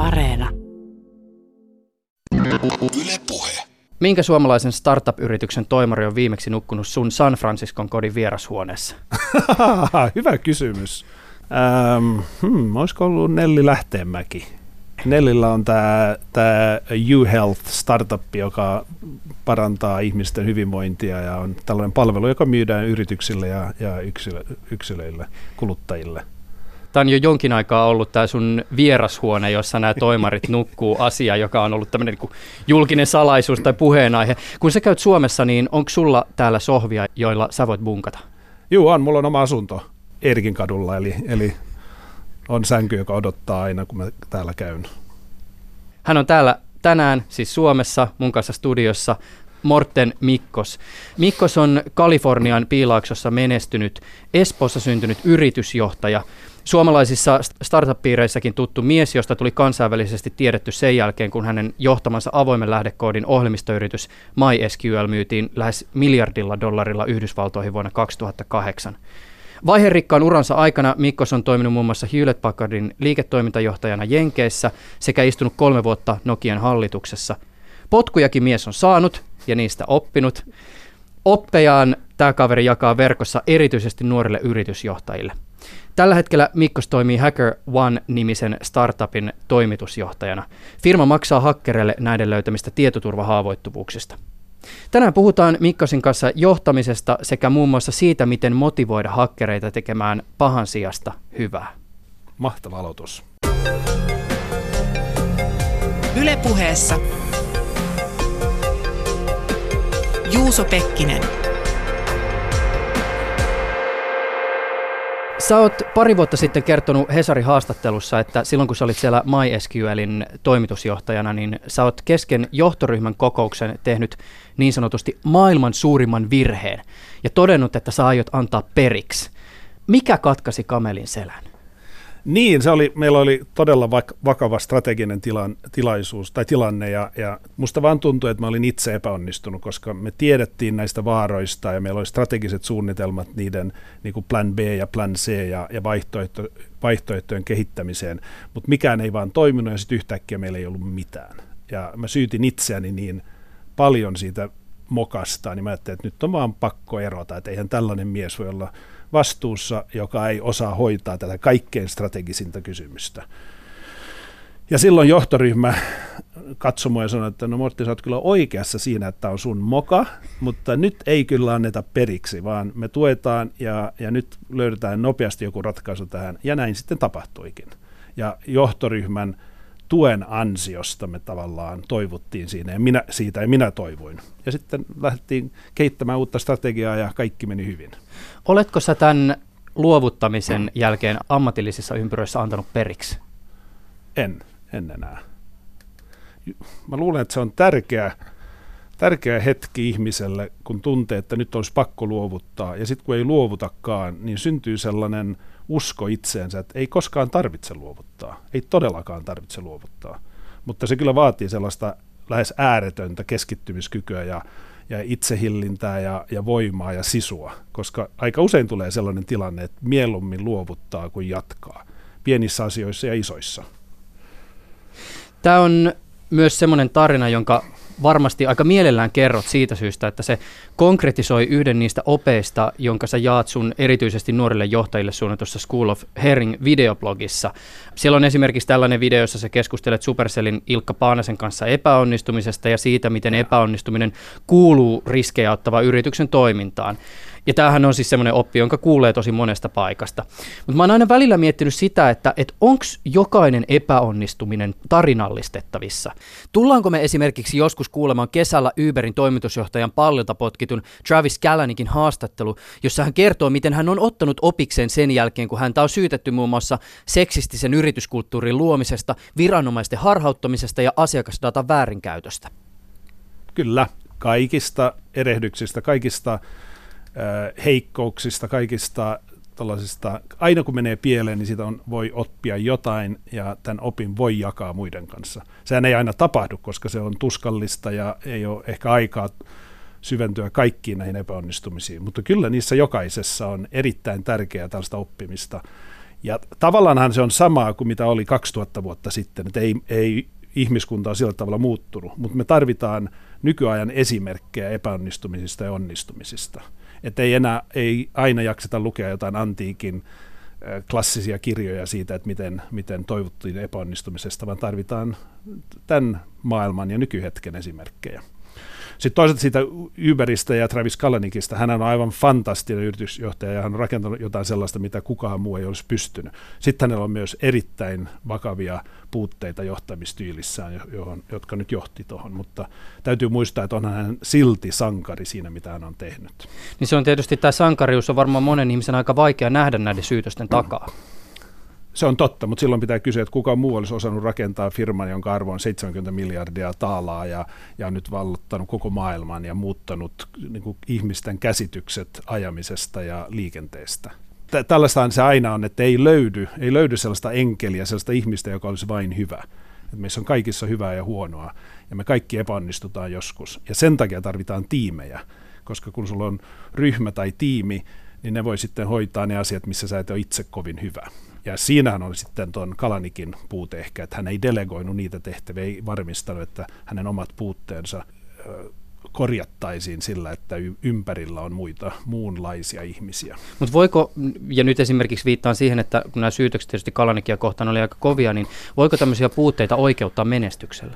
Areena. Yle Puhe. Minkä suomalaisen startup-yrityksen toimari on viimeksi nukkunut sun San Franciscon kodin vierashuoneessa? Hyvä kysymys. Olisiko ollut Nelli Lähteenmäki? Nellillä on tämä U-Health startup, joka parantaa ihmisten hyvinvointia ja on tällainen palvelu, joka myydään yrityksille ja yksilöille, kuluttajille. Tämä on jo jonkin aikaa ollut tämä sun vierashuone, jossa nämä toimarit nukkuu, asia, joka on ollut tämmöinen niin julkinen salaisuus tai puheenaihe. Kun sä käyt Suomessa, niin onko sulla täällä sohvia, joilla sä voit bunkata? Joo, mulla on oma asunto Eerikin kadulla, eli on sänky, joka odottaa aina, kun mä täällä käyn. Hän on täällä tänään, siis Suomessa, mun kanssa studiossa, Morten Mikkos. Mikkos on Kalifornian Piilaaksossa menestynyt, Espoossa syntynyt yritysjohtaja, suomalaisissa startup-piireissäkin tuttu mies, josta tuli kansainvälisesti tiedetty sen jälkeen, kun hänen johtamansa avoimen lähdekoodin ohjelmistoyritys MySQL myytiin lähes $1 miljardilla Yhdysvaltoihin vuonna 2008. Vaiherikkaan uransa aikana Mikkos on toiminut muun muassa Hewlett-Packardin liiketoimintajohtajana Jenkeissä sekä istunut 3 vuotta Nokian hallituksessa. Potkujakin mies on saanut ja niistä oppinut. Oppejaan tämä kaveri jakaa verkossa erityisesti nuorille yritysjohtajille. Tällä hetkellä Mikkos toimii HackerOne-nimisen startupin toimitusjohtajana. Firma maksaa hakkereille näiden löytämistä tietoturvahaavoittuvuuksista. Tänään puhutaan Mikkosin kanssa johtamisesta sekä muun muassa siitä, miten motivoida hakkereita tekemään pahan sijasta hyvää. Mahtava aloitus. Yle Puheessa Juuso Pekkinen. Sä oot pari vuotta sitten kertonut Hesarin haastattelussa, että silloin kun sä olit siellä MySQLin toimitusjohtajana, niin sä oot kesken johtoryhmän kokouksen tehnyt niin sanotusti maailman suurimman virheen ja todennut, että sä aiot antaa periksi. Mikä katkaisi kamelin selän? Niin, meillä oli todella vakava strateginen tilanne ja musta vaan tuntui, että mä olin itse epäonnistunut, koska me tiedettiin näistä vaaroista ja meillä oli strategiset suunnitelmat niiden niin kuin plan B ja plan C ja vaihtoehtojen kehittämiseen, mutta mikään ei vaan toiminut ja sitten yhtäkkiä meillä ei ollut mitään. Ja mä syytin itseäni niin paljon siitä mokasta, niin mä ajattelin, että nyt on vaan pakko erota, että eihän tällainen mies voi olla vastuussa, joka ei osaa hoitaa tätä kaikkein strategisinta kysymystä. Ja silloin johtoryhmä katsoi mua ja sanoi, että no Mortti, sä oot kyllä oikeassa siinä, että on sun moka, mutta nyt ei kyllä anneta periksi, vaan me tuetaan ja nyt löydetään nopeasti joku ratkaisu tähän. Ja näin sitten tapahtuikin. Ja johtoryhmän tuen ansiosta me tavallaan toivottiin siinä ja minä toivoin. Ja sitten lähdettiin kehittämään uutta strategiaa ja kaikki meni hyvin. Oletko sä tämän luovuttamisen jälkeen ammatillisissa ympyröissä antanut periksi? En enää. Mä luulen, että se on tärkeä hetki ihmiselle, kun tuntee, että nyt olisi pakko luovuttaa. Ja sitten kun ei luovutakaan, niin syntyy sellainen usko itseensä, että ei koskaan tarvitse luovuttaa. Ei todellakaan tarvitse luovuttaa. Mutta se kyllä vaatii sellaista lähes ääretöntä keskittymiskykyä ja itsehillintää ja voimaa ja sisua, koska aika usein tulee sellainen tilanne, että mieluummin luovuttaa kuin jatkaa, pienissä asioissa ja isoissa. Tämä on myös semmoinen tarina, jonka varmasti aika mielellään kerrot siitä syystä, että se konkretisoi yhden niistä opeista, jonka sä jaat sun erityisesti nuorille johtajille suunnatussa School of Herring videoblogissa. Siellä on esimerkiksi tällainen video, jossa sä keskustelet Supercellin Ilkka Paanasen kanssa epäonnistumisesta ja siitä, miten epäonnistuminen kuuluu riskejä ottavaan yrityksen toimintaan. Ja tämähän on siis semmoinen oppi, jonka kuulee tosi monesta paikasta. Mutta mä oon aina välillä miettinyt sitä, että onko jokainen epäonnistuminen tarinallistettavissa. Tullaanko me esimerkiksi joskus kuulemaan kesällä Uberin toimitusjohtajan pallilta potkitun Travis Kalanikin haastattelu, jossa hän kertoo, miten hän on ottanut opikseen sen jälkeen, kun häntä on syytetty muun muassa seksistisen yrityskulttuurin luomisesta, viranomaisten harhauttamisesta ja asiakasdatan väärinkäytöstä. Kyllä, kaikista erehdyksistä, kaikista heikkouksista, kaikista tällaisista, aina kun menee pieleen, niin siitä voi oppia jotain ja tämän opin voi jakaa muiden kanssa. Sehän ei aina tapahdu, koska se on tuskallista ja ei ole ehkä aikaa syventyä kaikkiin näihin epäonnistumisiin, mutta kyllä niissä jokaisessa on erittäin tärkeää tällaista oppimista. Ja tavallaanhan se on samaa kuin mitä oli 2000 vuotta sitten, että ei ihmiskunta ole sillä tavalla muuttunut, mutta me tarvitaan nykyajan esimerkkejä epäonnistumisista ja onnistumisista. Että ei aina jakseta lukea jotain antiikin klassisia kirjoja siitä, että miten toivottiin epäonnistumisesta, vaan tarvitaan tämän maailman ja nykyhetken esimerkkejä. Sitten toisaalta siitä Uberistä ja Travis Kalanickista, hän on aivan fantastinen yritysjohtaja ja hän on rakentanut jotain sellaista, mitä kukaan muu ei olisi pystynyt. Sitten hänellä on myös erittäin vakavia puutteita johtamistyylissään, jotka nyt johti tuohon, mutta täytyy muistaa, että onhan hän silti sankari siinä, mitä hän on tehnyt. Niin se on tietysti, tämä sankarius on varmaan monen ihmisen aika vaikea nähdä näiden syytösten takaa. Se on totta, mutta silloin pitää kysyä, että kuka muu olisi osannut rakentaa firman, jonka arvo on 70 miljardia taalaa ja on nyt vallottanut koko maailman ja muuttanut niin kuin ihmisten käsitykset ajamisesta ja liikenteestä. Tällaistahan se aina on, että ei löydy sellaista enkeliä, sellaista ihmistä, joka olisi vain hyvä. Että meissä on kaikissa hyvää ja huonoa ja me kaikki epäonnistutaan joskus. Ja sen takia tarvitaan tiimejä, koska kun sulla on ryhmä tai tiimi, niin ne voi sitten hoitaa ne asiat, missä sä et ole itse kovin hyvä. Ja siinähän on sitten tuon Kalanikin puute ehkä, että hän ei delegoinut niitä tehtäviä, ei varmistanut, että hänen omat puutteensa korjattaisiin sillä, että ympärillä on muunlaisia ihmisiä. Mutta voiko, ja nyt esimerkiksi viittaan siihen, että kun nämä syytökset tietysti Kalanikia kohtaan oli aika kovia, niin voiko tämmöisiä puutteita oikeuttaa menestyksellä?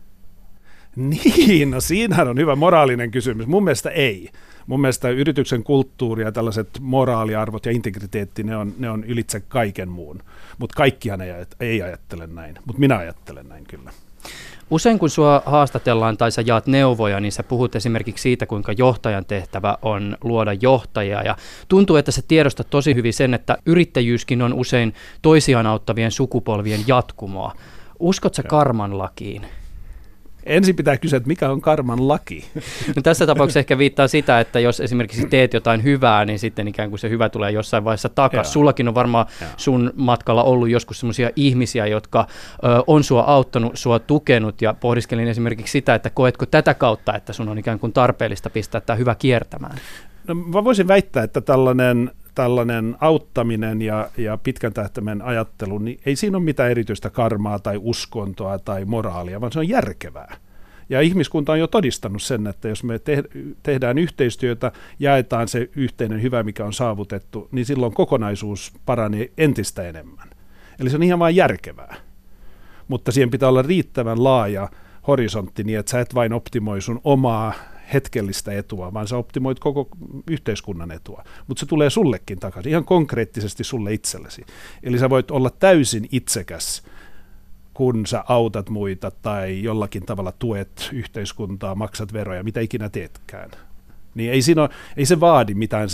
Niin, no siinähän on hyvä moraalinen kysymys. Mun mielestä ei. Mun mielestä yrityksen kulttuuri ja tällaiset moraaliarvot ja integriteetti, ne on ylitse kaiken muun. Mutta kaikkihan ei ajattele näin, mutta minä ajattelen näin kyllä. Usein kun sua haastatellaan tai sä jaat neuvoja, niin sä puhut esimerkiksi siitä, kuinka johtajan tehtävä on luoda johtajia. Ja tuntuu, että sä tiedostat tosi hyvin sen, että yrittäjyyskin on usein toisiaan auttavien sukupolvien jatkumoa. Uskot sä karman lakiin? Ensin pitää kysyä, että mikä on karman laki? No tässä tapauksessa ehkä viittaa sitä, että jos esimerkiksi teet jotain hyvää, niin sitten ikään kuin se hyvä tulee jossain vaiheessa takaisin. Sullakin on varmaan sun matkalla ollut joskus sellaisia ihmisiä, jotka on sua auttanut, sua tukenut, ja pohdiskelin esimerkiksi sitä, että koetko tätä kautta, että sun on ikään kuin tarpeellista pistää tämä hyvä kiertämään? No mä voisin väittää, että tällainen auttaminen ja pitkän tähtäimen ajattelu, niin ei siinä ole mitään erityistä karmaa tai uskontoa tai moraalia, vaan se on järkevää. Ja ihmiskunta on jo todistanut sen, että jos me tehdään yhteistyötä, jaetaan se yhteinen hyvä, mikä on saavutettu, niin silloin kokonaisuus paranee entistä enemmän. Eli se on ihan vain järkevää. Mutta siihen pitää olla riittävän laaja horisontti niin, että sä et vain optimoi sun omaa hetkellistä etua, vaan sä optimoit koko yhteiskunnan etua. Mutta se tulee sullekin takaisin, ihan konkreettisesti sulle itsellesi. Eli sä voit olla täysin itsekäs, kun sä autat muita tai jollakin tavalla tuet yhteiskuntaa, maksat veroja, mitä ikinä teetkään. Niin ei se vaadi mitään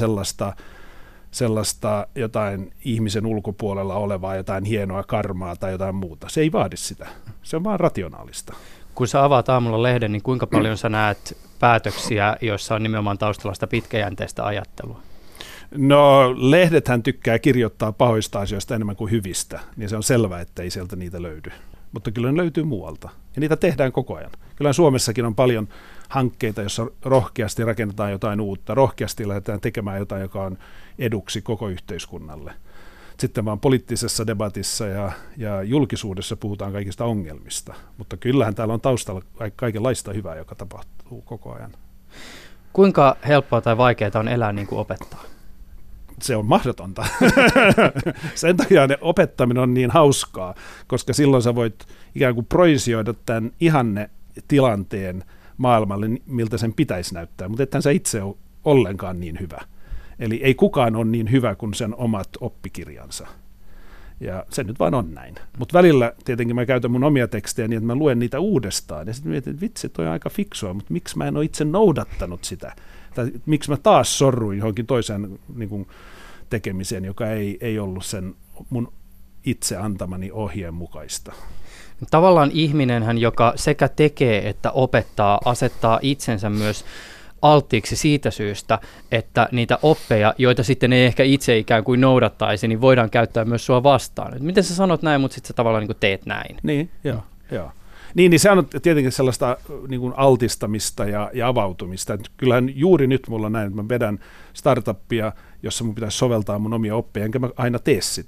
sellaista jotain ihmisen ulkopuolella olevaa, jotain hienoa karmaa tai jotain muuta. Se ei vaadi sitä. Se on vaan rationaalista. Kun sä avaat aamulla lehden, niin kuinka paljon sä näet päätöksiä, joissa on nimenomaan taustalla sitä pitkäjänteistä ajattelua? No, lehdethän tykkää kirjoittaa pahoista asioista enemmän kuin hyvistä, niin se on selvää, että ei sieltä niitä löydy. Mutta kyllä ne löytyy muualta, ja niitä tehdään koko ajan. Kyllä Suomessakin on paljon hankkeita, joissa rohkeasti rakennetaan jotain uutta, rohkeasti lähdetään tekemään jotain, joka on eduksi koko yhteiskunnalle. Sitten vaan poliittisessa debatissa ja julkisuudessa puhutaan kaikista ongelmista, mutta kyllähän täällä on taustalla kaikenlaista hyvää, joka tapahtuu koko ajan. Kuinka helppoa tai vaikeaa on elää niin kuin opettaa? Se on mahdotonta. Sen takia opettaminen on niin hauskaa, koska silloin sä voit ikään kuin projisoida tämän ihanne tilanteen maailmalle, miltä sen pitäisi näyttää, mutta ethän sä itse ole ollenkaan niin hyvä. Eli ei kukaan ole niin hyvä kuin sen omat oppikirjansa. Ja se nyt vaan on näin. Mutta välillä tietenkin mä käytän mun omia tekstejä niin, että mä luen niitä uudestaan. Ja sitten mietin, että vitsi, toi on aika fiksua, mutta miksi mä en ole itse noudattanut sitä? Tai miksi mä taas sorruin johonkin toiseen niin kuin tekemiseen, joka ei ollut sen mun itse antamani ohjeen mukaista. Tavallaan ihminenhän, joka sekä tekee että opettaa, asettaa itsensä myös alttiiksi siitä syystä, että niitä oppeja, joita sitten ei ehkä itse ikään kuin noudattaisi, niin voidaan käyttää myös sua vastaan. Miten sä sanot näin, mutta sitten sä tavallaan niin kuin teet näin? Niin, joo. Niin se on tietenkin sellaista niin kuin altistamista ja avautumista. Et kyllähän juuri nyt mulla on näin, että mä vedän startuppia, jossa mun pitäisi soveltaa mun omia oppeja, enkä mä aina tee sitä.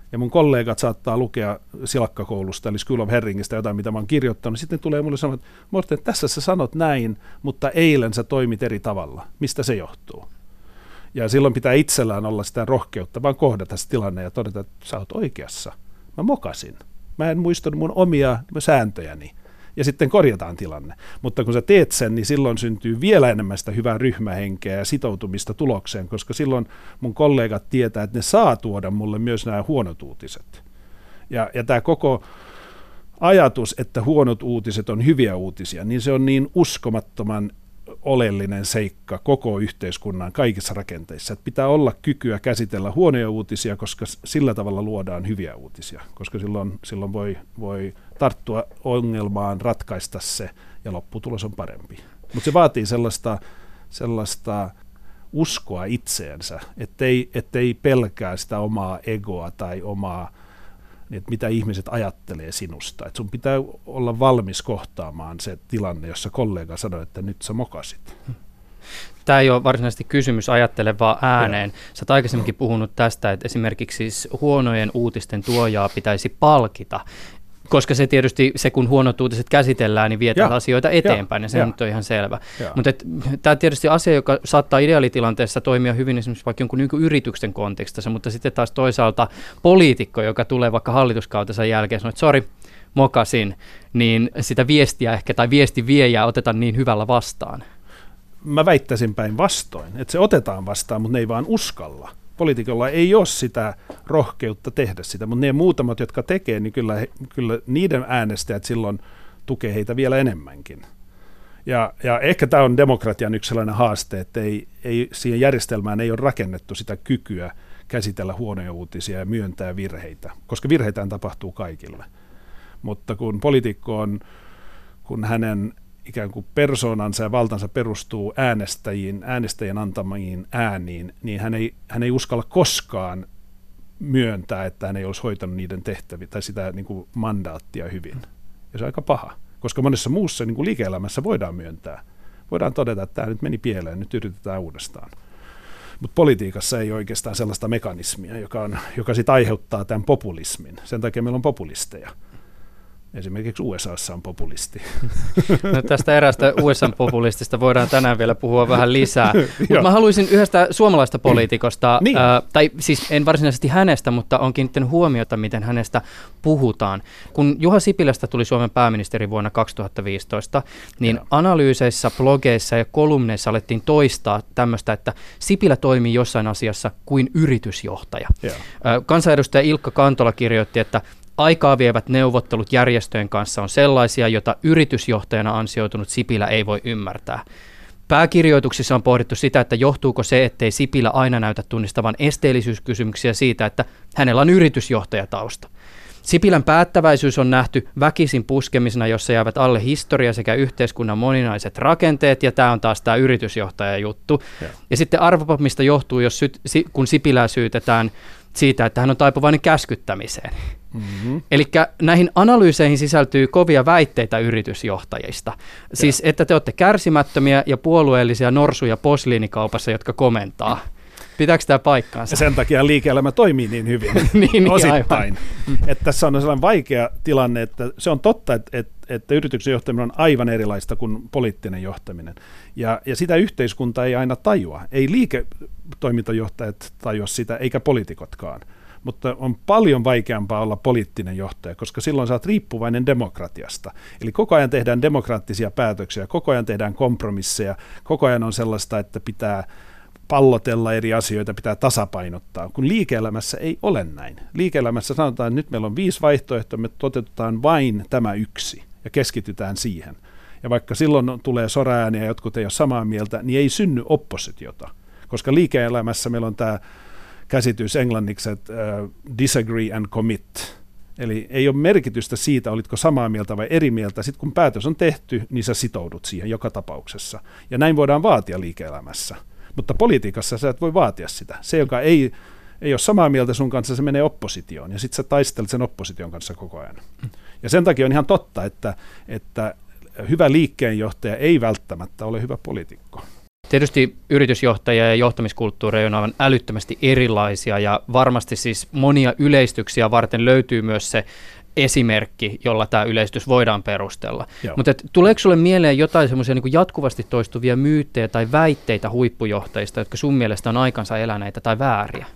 ja mun kollegat saattaa lukea silakkakoulusta, eli School of Herringistä jotain, mitä mä oon kirjoittanut. Sitten tulee mulle sanoa, että Morten, tässä sä sanot näin, mutta eilen sä toimit eri tavalla. Mistä se johtuu? Ja silloin pitää itsellään olla sitä rohkeutta, vaan kohdata se tilanne ja todeta, että sä oot oikeassa. Mä mokasin. Mä en muistanut mun omia sääntöjäni. Ja sitten korjataan tilanne. Mutta kun sä teet sen, niin silloin syntyy vielä enemmän sitä hyvää ryhmähenkeä ja sitoutumista tulokseen, koska silloin mun kollegat tietää, että ne saa tuoda mulle myös nämä huonot uutiset. Ja tämä koko ajatus, että huonot uutiset on hyviä uutisia, niin se on niin uskomattoman oleellinen seikka koko yhteiskunnan kaikissa rakenteissa. Että pitää olla kykyä käsitellä huonoja uutisia, koska sillä tavalla luodaan hyviä uutisia, koska silloin voi tarttua ongelmaan, ratkaista se ja lopputulos on parempi. Mutta se vaatii sellaista uskoa itseensä, ettei pelkää sitä omaa egoa tai omaa, että mitä ihmiset ajattelee sinusta. Et sun pitää olla valmis kohtaamaan se tilanne, jossa kollega sanoo, että nyt sä mokasit. Tämä ei ole varsinaisesti kysymys ajattele vaan ääneen. Sä oot aikaisemminkin puhunut tästä, että esimerkiksi siis huonojen uutisten tuojaa pitäisi palkita, koska se tietysti, kun huonot uutiset käsitellään, niin vietään asioita eteenpäin, ja se nyt on ihan selvä. Mutta tämä tietysti asia, joka saattaa ideaalitilanteessa toimia hyvin esimerkiksi vaikka jonkun yrityksen kontekstissa, mutta sitten taas toisaalta poliitikko, joka tulee vaikka hallituskautensa jälkeen, sanoo, että sori, mokasin, niin sitä viestiä ehkä tai viestin viejää otetaan niin hyvällä vastaan. Mä väittäisin päinvastoin, että se otetaan vastaan, mutta ne ei vaan uskalla. Poliitikolla ei ole sitä rohkeutta tehdä sitä, mutta ne muutamat, jotka tekee, niin kyllä niiden äänestäjät silloin tukee heitä vielä enemmänkin. Ja ehkä tämä on demokratian yksi sellainen haaste, että siihen järjestelmään ei ole rakennettu sitä kykyä käsitellä huonoja uutisia ja myöntää virheitä, koska virheitään tapahtuu kaikille. Mutta kun poliitikko on, kun hänen ikään kuin persoonansa ja valtansa perustuu äänestäjien antamiin ääniin, niin hän ei uskalla koskaan myöntää, että hän ei olisi hoitanut niiden tehtäviä tai sitä niin kuin mandaattia hyvin. Ja se on aika paha, koska monessa muussa niin kuin liike-elämässä voidaan myöntää. Voidaan todeta, että tämä nyt meni pieleen, nyt yritetään uudestaan. Mutta politiikassa ei oikeastaan sellaista mekanismia, joka sit aiheuttaa tämän populismin. Sen takia meillä on populisteja. Esimerkiksi USAssa on populisti. No, tästä eräästä USA-populistista voidaan tänään vielä puhua vähän lisää. Mutta mä haluaisin yhdestä suomalaista poliitikosta, tai siis en varsinaisesti hänestä, mutta on kiinnittänyt huomiota, miten hänestä puhutaan. Kun Juha Sipilästä tuli Suomen pääministeri vuonna 2015, niin analyyseissa, blogeissa ja kolumneissa alettiin toistaa tämmöistä, että Sipilä toimii jossain asiassa kuin yritysjohtaja. Kansanedustaja Ilkka Kantola kirjoitti, että aikaa vievät neuvottelut järjestöjen kanssa on sellaisia, jota yritysjohtajana ansioitunut Sipilä ei voi ymmärtää. Pääkirjoituksissa on pohdittu sitä, että johtuuko se, ettei Sipilä aina näytä tunnistavan esteellisyyskysymyksiä siitä, että hänellä on yritysjohtajatausta. Sipilän päättäväisyys on nähty väkisin puskemisena, jossa jäävät alle historia sekä yhteiskunnan moninaiset rakenteet, ja tämä on taas tämä yritysjohtajajuttu. Ja sitten arvopa, mistä johtuu, kun Sipilää syytetään siitä, että hän on taipuvainen käskyttämiseen. Mm-hmm. Eli näihin analyyseihin sisältyy kovia väitteitä yritysjohtajista. Siis, että te olette kärsimättömiä ja puolueellisia norsuja posliinikaupassa, jotka komentaa. Pitääkö tämä paikkaansa? Ja sen takia liike-elämä toimii niin hyvin niin, osittain. Että tässä on sellainen vaikea tilanne, että se on totta, että yrityksen johtaminen on aivan erilaista kuin poliittinen johtaminen. Ja sitä yhteiskunta ei aina tajua. Ei liiketoimintajohtajat tajua sitä, eikä poliitikotkaan. Mutta on paljon vaikeampaa olla poliittinen johtaja, koska silloin sä oot riippuvainen demokratiasta. Eli koko ajan tehdään demokraattisia päätöksiä, koko ajan tehdään kompromisseja, koko ajan on sellaista, että pitää pallotella eri asioita, pitää tasapainottaa, kun liike-elämässä ei ole näin. Liike-elämässä sanotaan, että nyt meillä on 5 vaihtoehtoa, me toteutetaan vain tämä yksi ja keskitytään siihen. Ja vaikka silloin tulee soraääniä ja jotkut ei ole samaa mieltä, niin ei synny oppositiota, koska liike-elämässä meillä on tämä käsitys englanniksi, että disagree and commit. Eli ei ole merkitystä siitä, olitko samaa mieltä vai eri mieltä. Sitten kun päätös on tehty, niin sä sitoudut siihen joka tapauksessa. Ja näin voidaan vaatia liike-elämässä. Mutta politiikassa sä et voi vaatia sitä. Se, joka ei ole samaa mieltä sun kanssa, se menee oppositioon. Ja sitten sä taistelet sen opposition kanssa koko ajan. Ja sen takia on ihan totta, että hyvä liikkeenjohtaja ei välttämättä ole hyvä poliitikko. Tietysti yritysjohtajia ja johtamiskulttuureja on aivan älyttömästi erilaisia ja varmasti siis monia yleistyksiä varten löytyy myös se esimerkki, jolla tämä yleistys voidaan perustella. Mutta tuleeko sinulle mieleen jotain semmoisia niin kuin jatkuvasti toistuvia myyttejä tai väitteitä huippujohtajista, jotka sun mielestä on aikansa eläneitä tai vääriä?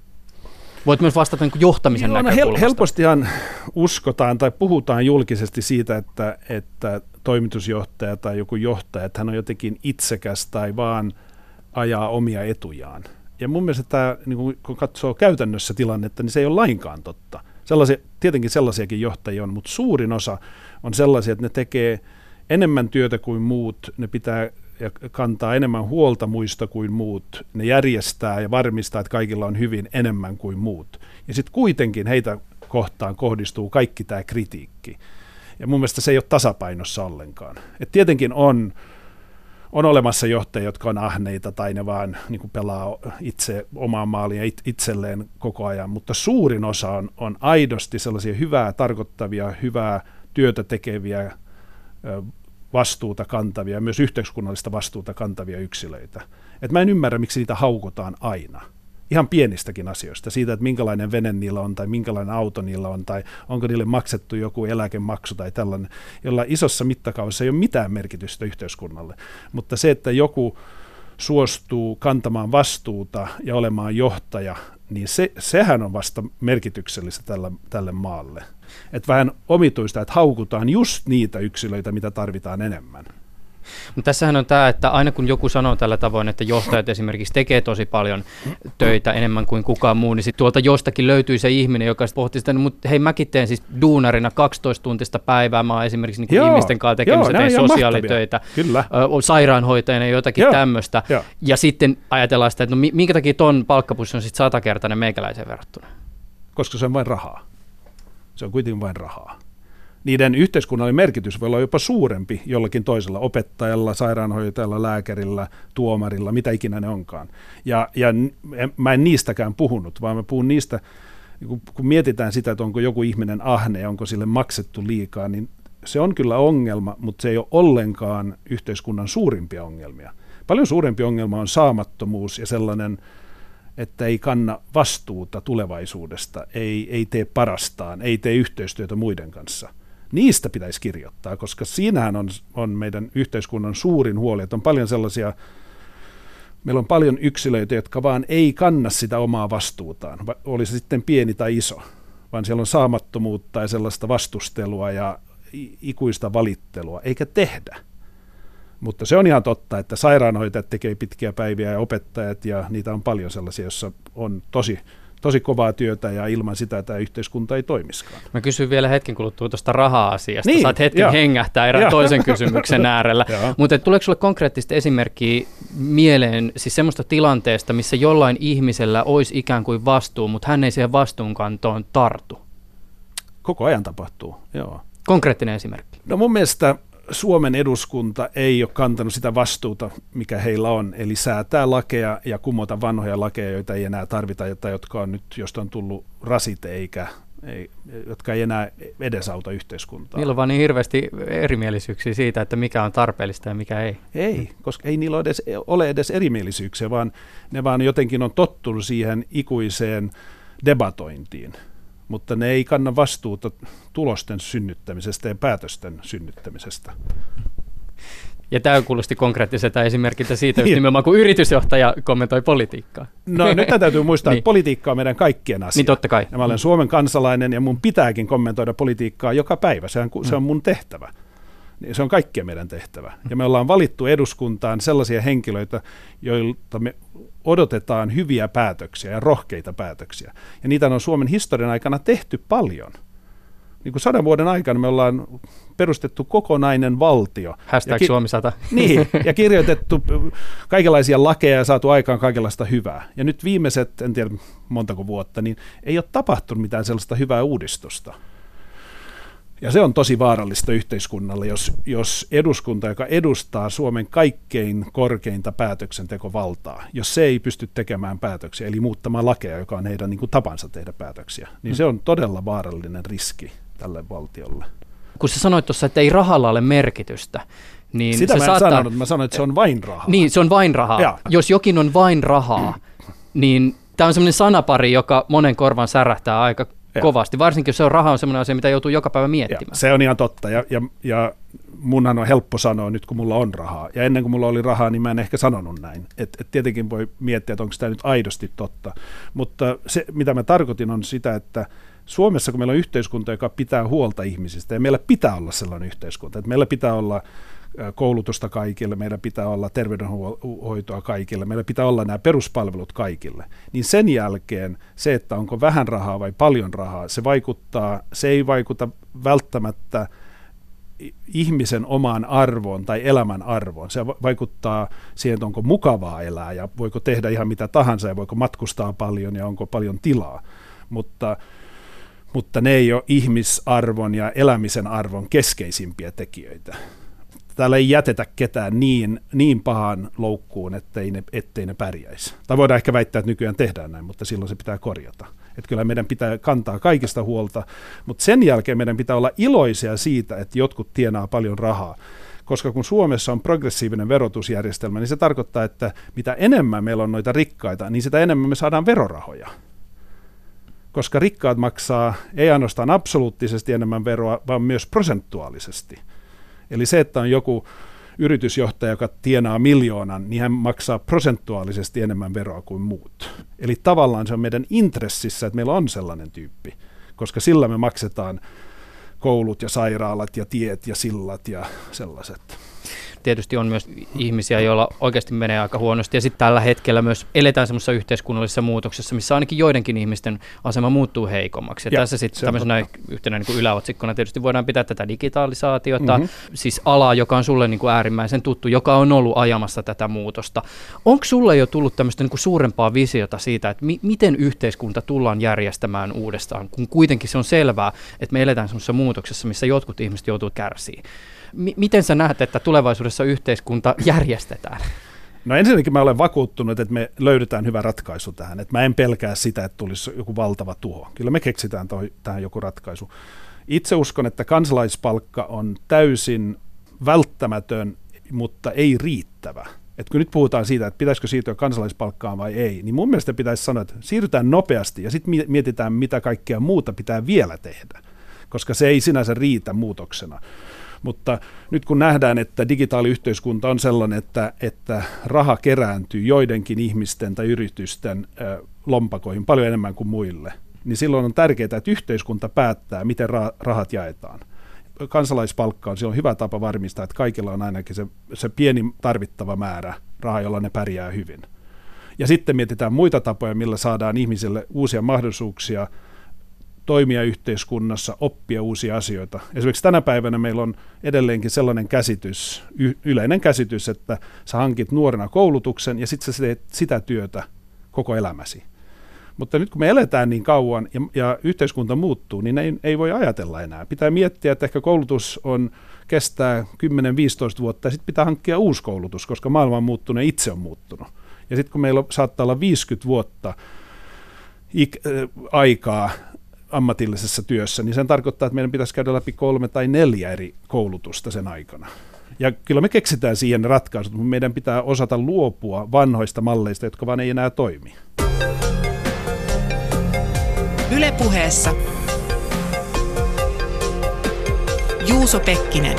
Voit myös vastata niin kuin johtamisen näkökulmasta. Helpostihan uskotaan tai puhutaan julkisesti siitä, että toimitusjohtaja tai joku johtaja, että hän on jotenkin itsekäs tai vaan ajaa omia etujaan. Ja mun mielestä tämä, niin kun katsoo käytännössä tilannetta, niin se ei ole lainkaan totta. Tietenkin sellaisiakin johtajia on, mutta suurin osa on sellaisia, että ne tekee enemmän työtä kuin muut, ne pitää ja kantaa enemmän huolta muista kuin muut, ne järjestää ja varmistaa, että kaikilla on hyvin enemmän kuin muut. Ja sitten kuitenkin heitä kohtaan kohdistuu kaikki tämä kritiikki. Ja mun mielestä se ei ole tasapainossa ollenkaan. Et tietenkin on olemassa johtajia, jotka on ahneita tai ne vaan niin kuin pelaa itse omaa maalia itselleen koko ajan, mutta suurin osa on aidosti sellaisia hyvää tarkoittavia, hyvää työtä tekeviä, vastuuta kantavia, myös yhteiskunnallista vastuuta kantavia yksilöitä. Et mä en ymmärrä, miksi niitä haukutaan aina. Ihan pienistäkin asioista, siitä, että minkälainen vene niillä on tai minkälainen auto niillä on tai onko niille maksettu joku eläkemaksu tai tällainen, jolla isossa mittakaavassa ei ole mitään merkitystä yhteiskunnalle. Mutta se, että joku suostuu kantamaan vastuuta ja olemaan johtaja, niin sehän on vasta merkityksellistä tälle maalle. Että vähän omituista, että haukutaan just niitä yksilöitä, mitä tarvitaan enemmän. Mutta tässähän on tämä, että aina kun joku sanoo tällä tavoin, että johtajat esimerkiksi tekee tosi paljon töitä enemmän kuin kukaan muu, niin sitten tuolta jostakin löytyy se ihminen, joka pohtii sitä, mutta hei, mäkin teen siis duunarina 12-tuntista päivää, mä oon esimerkiksi niin ihmisten kanssa tekemässä, teen sosiaalitöitä, sairaanhoitajana ja jotakin tämmöistä, ja sitten ajatellaan sitä, että no minkä takia ton palkkapussi on sitten 100-kertainen meikäläiseen verrattuna? Koska se on vain rahaa. Se on kuitenkin vain rahaa. Niiden yhteiskunnallinen merkitys voi olla jopa suurempi jollakin toisella, opettajalla, sairaanhoitajalla, lääkärillä, tuomarilla, mitä ikinä ne onkaan. Ja mä en niistäkään puhunut, vaan mä puhun niistä, kun mietitään sitä, että onko joku ihminen ahne ja onko sille maksettu liikaa, niin se on kyllä ongelma, mutta se ei ole ollenkaan yhteiskunnan suurimpia ongelmia. Paljon suurempi ongelma on saamattomuus ja sellainen, että ei kanna vastuuta tulevaisuudesta, ei tee parastaan, ei tee yhteistyötä muiden kanssa. Niistä pitäisi kirjoittaa, koska siinähän on meidän yhteiskunnan suurin huoli, että on paljon sellaisia, meillä on paljon yksilöitä, jotka vaan ei kanna sitä omaa vastuutaan, oli se sitten pieni tai iso, vaan siellä on saamattomuutta ja sellaista vastustelua ja ikuista valittelua, eikä tehdä. Mutta se on ihan totta, että sairaanhoitajat tekee pitkiä päiviä ja opettajat, ja niitä on paljon sellaisia, joissa on tosi kovaa työtä, ja ilman sitä tämä yhteiskunta ei toimiskaan. Mä kysyn vielä hetken kuluttua tuosta raha-asiasta. Niin, saat hetken hengähtää erään toisen kysymyksen äärellä. Mutta tuleeko sinulle konkreettista esimerkkiä mieleen siis semmoista tilanteesta, missä jollain ihmisellä olisi ikään kuin vastuu, mutta hän ei siihen vastuunkantoon tartu? Koko ajan tapahtuu, joo. Konkreettinen esimerkki. No mun mielestä Suomen eduskunta ei ole kantanut sitä vastuuta, mikä heillä on, eli säätää lakeja ja kumota vanhoja lakeja, joita ei enää tarvita, jotka on nyt, josta on tullut rasite, jotka ei enää edesauta yhteiskuntaa. Niillä on vaan niin hirveästi erimielisyyksiä siitä, että mikä on tarpeellista ja mikä ei. Ei, koska ei niillä ole edes erimielisyyksiä, vaan ne vaan jotenkin on tottunut siihen ikuiseen debatointiin. Mutta ne ei kanna vastuuta tulosten synnyttämisestä ja päätösten synnyttämisestä. Ja tämä kuulosti konkreettiselta esimerkiltä siitä, just nimenomaan kun yritysjohtaja kommentoi politiikkaa. No nyt täytyy muistaa, että politiikka on meidän kaikkien asia. Niin totta kai. Ja mä olen Suomen kansalainen ja mun pitääkin kommentoida politiikkaa joka päivä. Se on mun tehtävä. Se on kaikkien meidän tehtävä. Ja me ollaan valittu eduskuntaan sellaisia henkilöitä, joilta me odotetaan hyviä päätöksiä ja rohkeita päätöksiä. Ja niitä on Suomen historian aikana tehty paljon. Niin kuin 100 vuoden aikana me ollaan perustettu kokonainen valtio. Suomi 100. Niin, ja kirjoitettu kaikenlaisia lakeja ja saatu aikaan kaikenlaista hyvää. Ja nyt viimeiset, en tiedä montako vuotta, niin ei ole tapahtunut mitään sellaista hyvää uudistusta. Ja se on tosi vaarallista yhteiskunnalle, jos eduskunta, joka edustaa Suomen kaikkein korkeinta päätöksentekovaltaa, jos se ei pysty tekemään päätöksiä, eli muuttamaan lakeja, joka on heidän niin kuin tapansa tehdä päätöksiä, niin se on todella vaarallinen riski tälle valtiolle. Kun sä sanoit tuossa, että ei rahalla ole merkitystä, niin sitä se mä en sanonut, mä sanoin, että se on vain rahaa. Niin, se on vain rahaa. Ja. Jos jokin on vain rahaa, niin tämä on semmoinen sanapari, joka monen korvan särähtää aika kovasti. Varsinkin jos se on raha, on semmoinen asia, mitä joutuu joka päivä miettimään. Se on ihan totta. Ja munhan on helppo sanoa nyt, kun mulla on rahaa. Ja ennen kuin mulla oli rahaa, niin mä en ehkä sanonut näin. Et tietenkin voi miettiä, että onko tämä nyt aidosti totta. Mutta se, mitä mä tarkoitin, on sitä, että Suomessa, kun meillä on yhteiskunta, joka pitää huolta ihmisistä, ja meillä pitää olla sellainen yhteiskunta, että meillä pitää olla koulutusta kaikille, meillä pitää olla terveydenhoitoa kaikille, meillä pitää olla nämä peruspalvelut kaikille, niin sen jälkeen se, että onko vähän rahaa vai paljon rahaa, se ei vaikuta välttämättä ihmisen omaan arvoon tai elämän arvoon. Se vaikuttaa siihen, että onko mukavaa elää ja voiko tehdä ihan mitä tahansa ja voiko matkustaa paljon ja onko paljon tilaa, mutta ne ei ole ihmisarvon ja elämisen arvon keskeisimpiä tekijöitä. Täällä ei jätetä ketään niin pahaan loukkuun, ettei ne pärjäisi. Tai voidaan ehkä väittää, että nykyään tehdään näin, mutta silloin se pitää korjata. Että kyllä meidän pitää kantaa kaikista huolta, mutta sen jälkeen meidän pitää olla iloisia siitä, että jotkut tienaa paljon rahaa. Koska kun Suomessa on progressiivinen verotusjärjestelmä, niin se tarkoittaa, että mitä enemmän meillä on noita rikkaita, niin sitä enemmän me saadaan verorahoja. Koska rikkaat maksaa ei ainoastaan absoluuttisesti enemmän veroa, vaan myös prosentuaalisesti. Eli se, että on joku yritysjohtaja, joka tienaa 1 000 000, niin hän maksaa prosentuaalisesti enemmän veroa kuin muut. Eli tavallaan se on meidän intressissä, että meillä on sellainen tyyppi, koska sillä me maksetaan koulut ja sairaalat ja tiet ja sillat ja sellaiset. Tietysti on myös ihmisiä, joilla oikeasti menee aika huonosti, ja sitten tällä hetkellä myös eletään semmoisessa yhteiskunnallisessa muutoksessa, missä ainakin joidenkin ihmisten asema muuttuu heikommaksi. Ja tässä sitten tämmöisenä yhtenä niin kuin yläotsikkona tietysti voidaan pitää tätä digitalisaatiota, siis alaa, joka on sulle niin kuin äärimmäisen tuttu, joka on ollut ajamassa tätä muutosta. Onko sulle jo tullut tämmöistä niin kuin suurempaa visiota siitä, että miten yhteiskunta tullaan järjestämään uudestaan, kun kuitenkin se on selvää, että me eletään semmoisessa muutoksessa, missä jotkut ihmiset joutuu kärsiä? Miten sä näet, että tulevaisuudessa yhteiskunta järjestetään? No ensinnäkin mä olen vakuuttunut, että me löydetään hyvä ratkaisu tähän. Että mä en pelkää sitä, että tulisi joku valtava tuho. Kyllä me keksitään tähän joku ratkaisu. Itse uskon, että kansalaispalkka on täysin välttämätön, mutta ei riittävä. Että kun nyt puhutaan siitä, että pitäisikö siirtyä kansalaispalkkaan vai ei, niin mun mielestä pitäisi sanoa, että siirrytään nopeasti ja sitten mietitään, mitä kaikkea muuta pitää vielä tehdä, koska se ei sinänsä riitä muutoksena. Mutta nyt kun nähdään, että digitaaliyhteiskunta on sellainen, että raha kerääntyy joidenkin ihmisten tai yritysten lompakoihin paljon enemmän kuin muille, niin silloin on tärkeää, että yhteiskunta päättää, miten rahat jaetaan. Kansalaispalkka on silloin hyvä tapa varmistaa, että kaikilla on ainakin se pieni tarvittava määrä rahaa, jolla ne pärjää hyvin. Ja sitten mietitään muita tapoja, millä saadaan ihmisille uusia mahdollisuuksia toimia yhteiskunnassa, oppia uusia asioita. Esimerkiksi tänä päivänä meillä on edelleenkin sellainen käsitys, yleinen käsitys, että sä hankit nuorena koulutuksen ja sitten sä teet sitä työtä koko elämäsi. Mutta nyt kun me eletään niin kauan ja yhteiskunta muuttuu, niin ei voi ajatella enää. Pitää miettiä, että ehkä koulutus kestää 10-15 vuotta ja sitten pitää hankkia uusi koulutus, koska maailma on muuttunut ja itse on muuttunut. Ja sitten kun meillä saattaa olla 50 vuotta aikaa ammatillisessa työssä, niin sen tarkoittaa, että meidän pitäisi käydä läpi 3 tai 4 eri koulutusta sen aikana. Ja kyllä me keksitään siihen ratkaisut, mutta meidän pitää osata luopua vanhoista malleista, jotka vaan ei enää toimi. Yle Puheessa Juuso Pekkinen.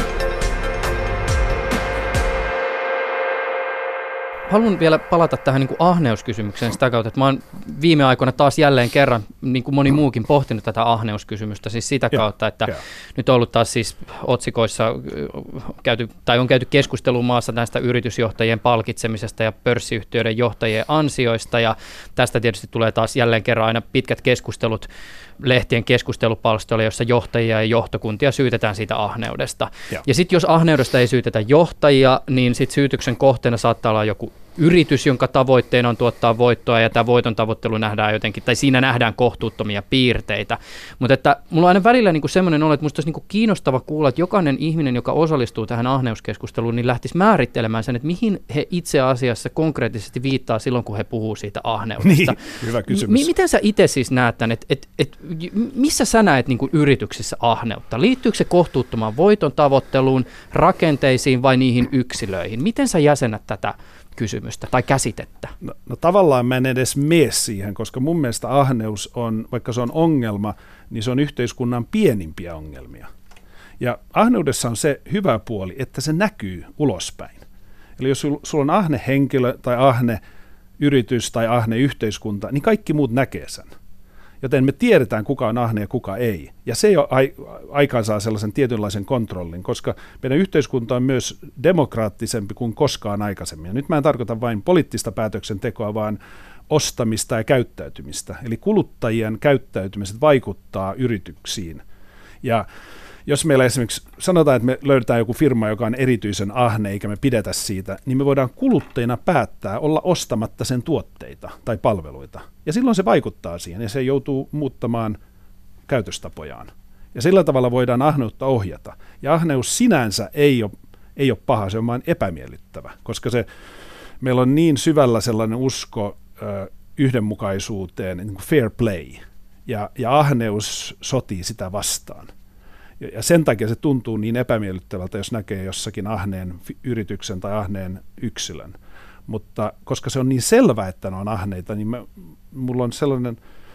Haluan vielä palata tähän niin kuin ahneuskysymykseen sitä kautta, että mä oon viime aikoina taas jälleen kerran, niin kuin moni muukin, pohtinut tätä ahneuskysymystä siis sitä kautta, että nyt on ollut taas siis otsikoissa on käyty keskustelua maassa näistä yritysjohtajien palkitsemisesta ja pörssiyhtiöiden johtajien ansioista, ja tästä tietysti tulee taas jälleen kerran aina pitkät keskustelut lehtien keskustelupalstoilla, jossa johtajia ja johtokuntia syytetään siitä ahneudesta. Ja sitten jos ahneudesta ei syytetä johtajia, niin sitten syytöksen kohteena saattaa olla joku yritys, jonka tavoitteena on tuottaa voittoa, ja tämä voiton tavoittelu nähdään jotenkin, tai siinä nähdään kohtuuttomia piirteitä. Mutta että mulla on aina välillä niin kuin semmoinen olo, että musta olisi niin kuin kiinnostava kuulla, että jokainen ihminen, joka osallistuu tähän ahneuskeskusteluun, niin lähtisi määrittelemään sen, että mihin he itse asiassa konkreettisesti viittaa silloin, kun he puhuu siitä ahneudesta. Niin, hyvä kysymys. Miten sä itse siis näet tämän, että missä sä näet niin kuin yrityksissä ahneutta? Liittyykö se kohtuuttomaan voiton tavoitteluun, rakenteisiin vai niihin yksilöihin? Miten sä jäsenät tätä kysymystä tai käsitettä? No tavallaan mä en edes mene siihen, koska mun mielestä ahneus on, vaikka se on ongelma, niin se on yhteiskunnan pienimpiä ongelmia. Ja ahneudessa on se hyvä puoli, että se näkyy ulospäin. Eli jos sulla on ahne henkilö tai ahne yritys tai ahne yhteiskunta, niin kaikki muut näkee sen. Joten me tiedetään, kuka on ahne ja kuka ei. Ja se jo aikaansaa sellaisen tietynlaisen kontrollin, koska meidän yhteiskunta on myös demokraattisempi kuin koskaan aikaisemmin. Ja nyt mä en tarkoita vain poliittista päätöksentekoa, vaan ostamista ja käyttäytymistä. Eli kuluttajien käyttäytymiset vaikuttaa yrityksiin. Ja jos meillä esimerkiksi sanotaan, että me löydetään joku firma, joka on erityisen ahne, eikä me pidetä siitä, niin me voidaan kuluttajina päättää olla ostamatta sen tuotteita tai palveluita. Ja silloin se vaikuttaa siihen, ja se joutuu muuttamaan käytöstapojaan. Ja sillä tavalla voidaan ahneutta ohjata. Ja ahneus sinänsä ei ole paha, se on vain epämiellyttävä, koska meillä on niin syvällä sellainen usko yhdenmukaisuuteen, niin kuin fair play, ja ahneus sotii sitä vastaan. Ja sen takia se tuntuu niin epämiellyttävältä, jos näkee jossakin ahneen yrityksen tai ahneen yksilön. Mutta koska se on niin selvä, että ne on ahneita, niin mulla on sellainen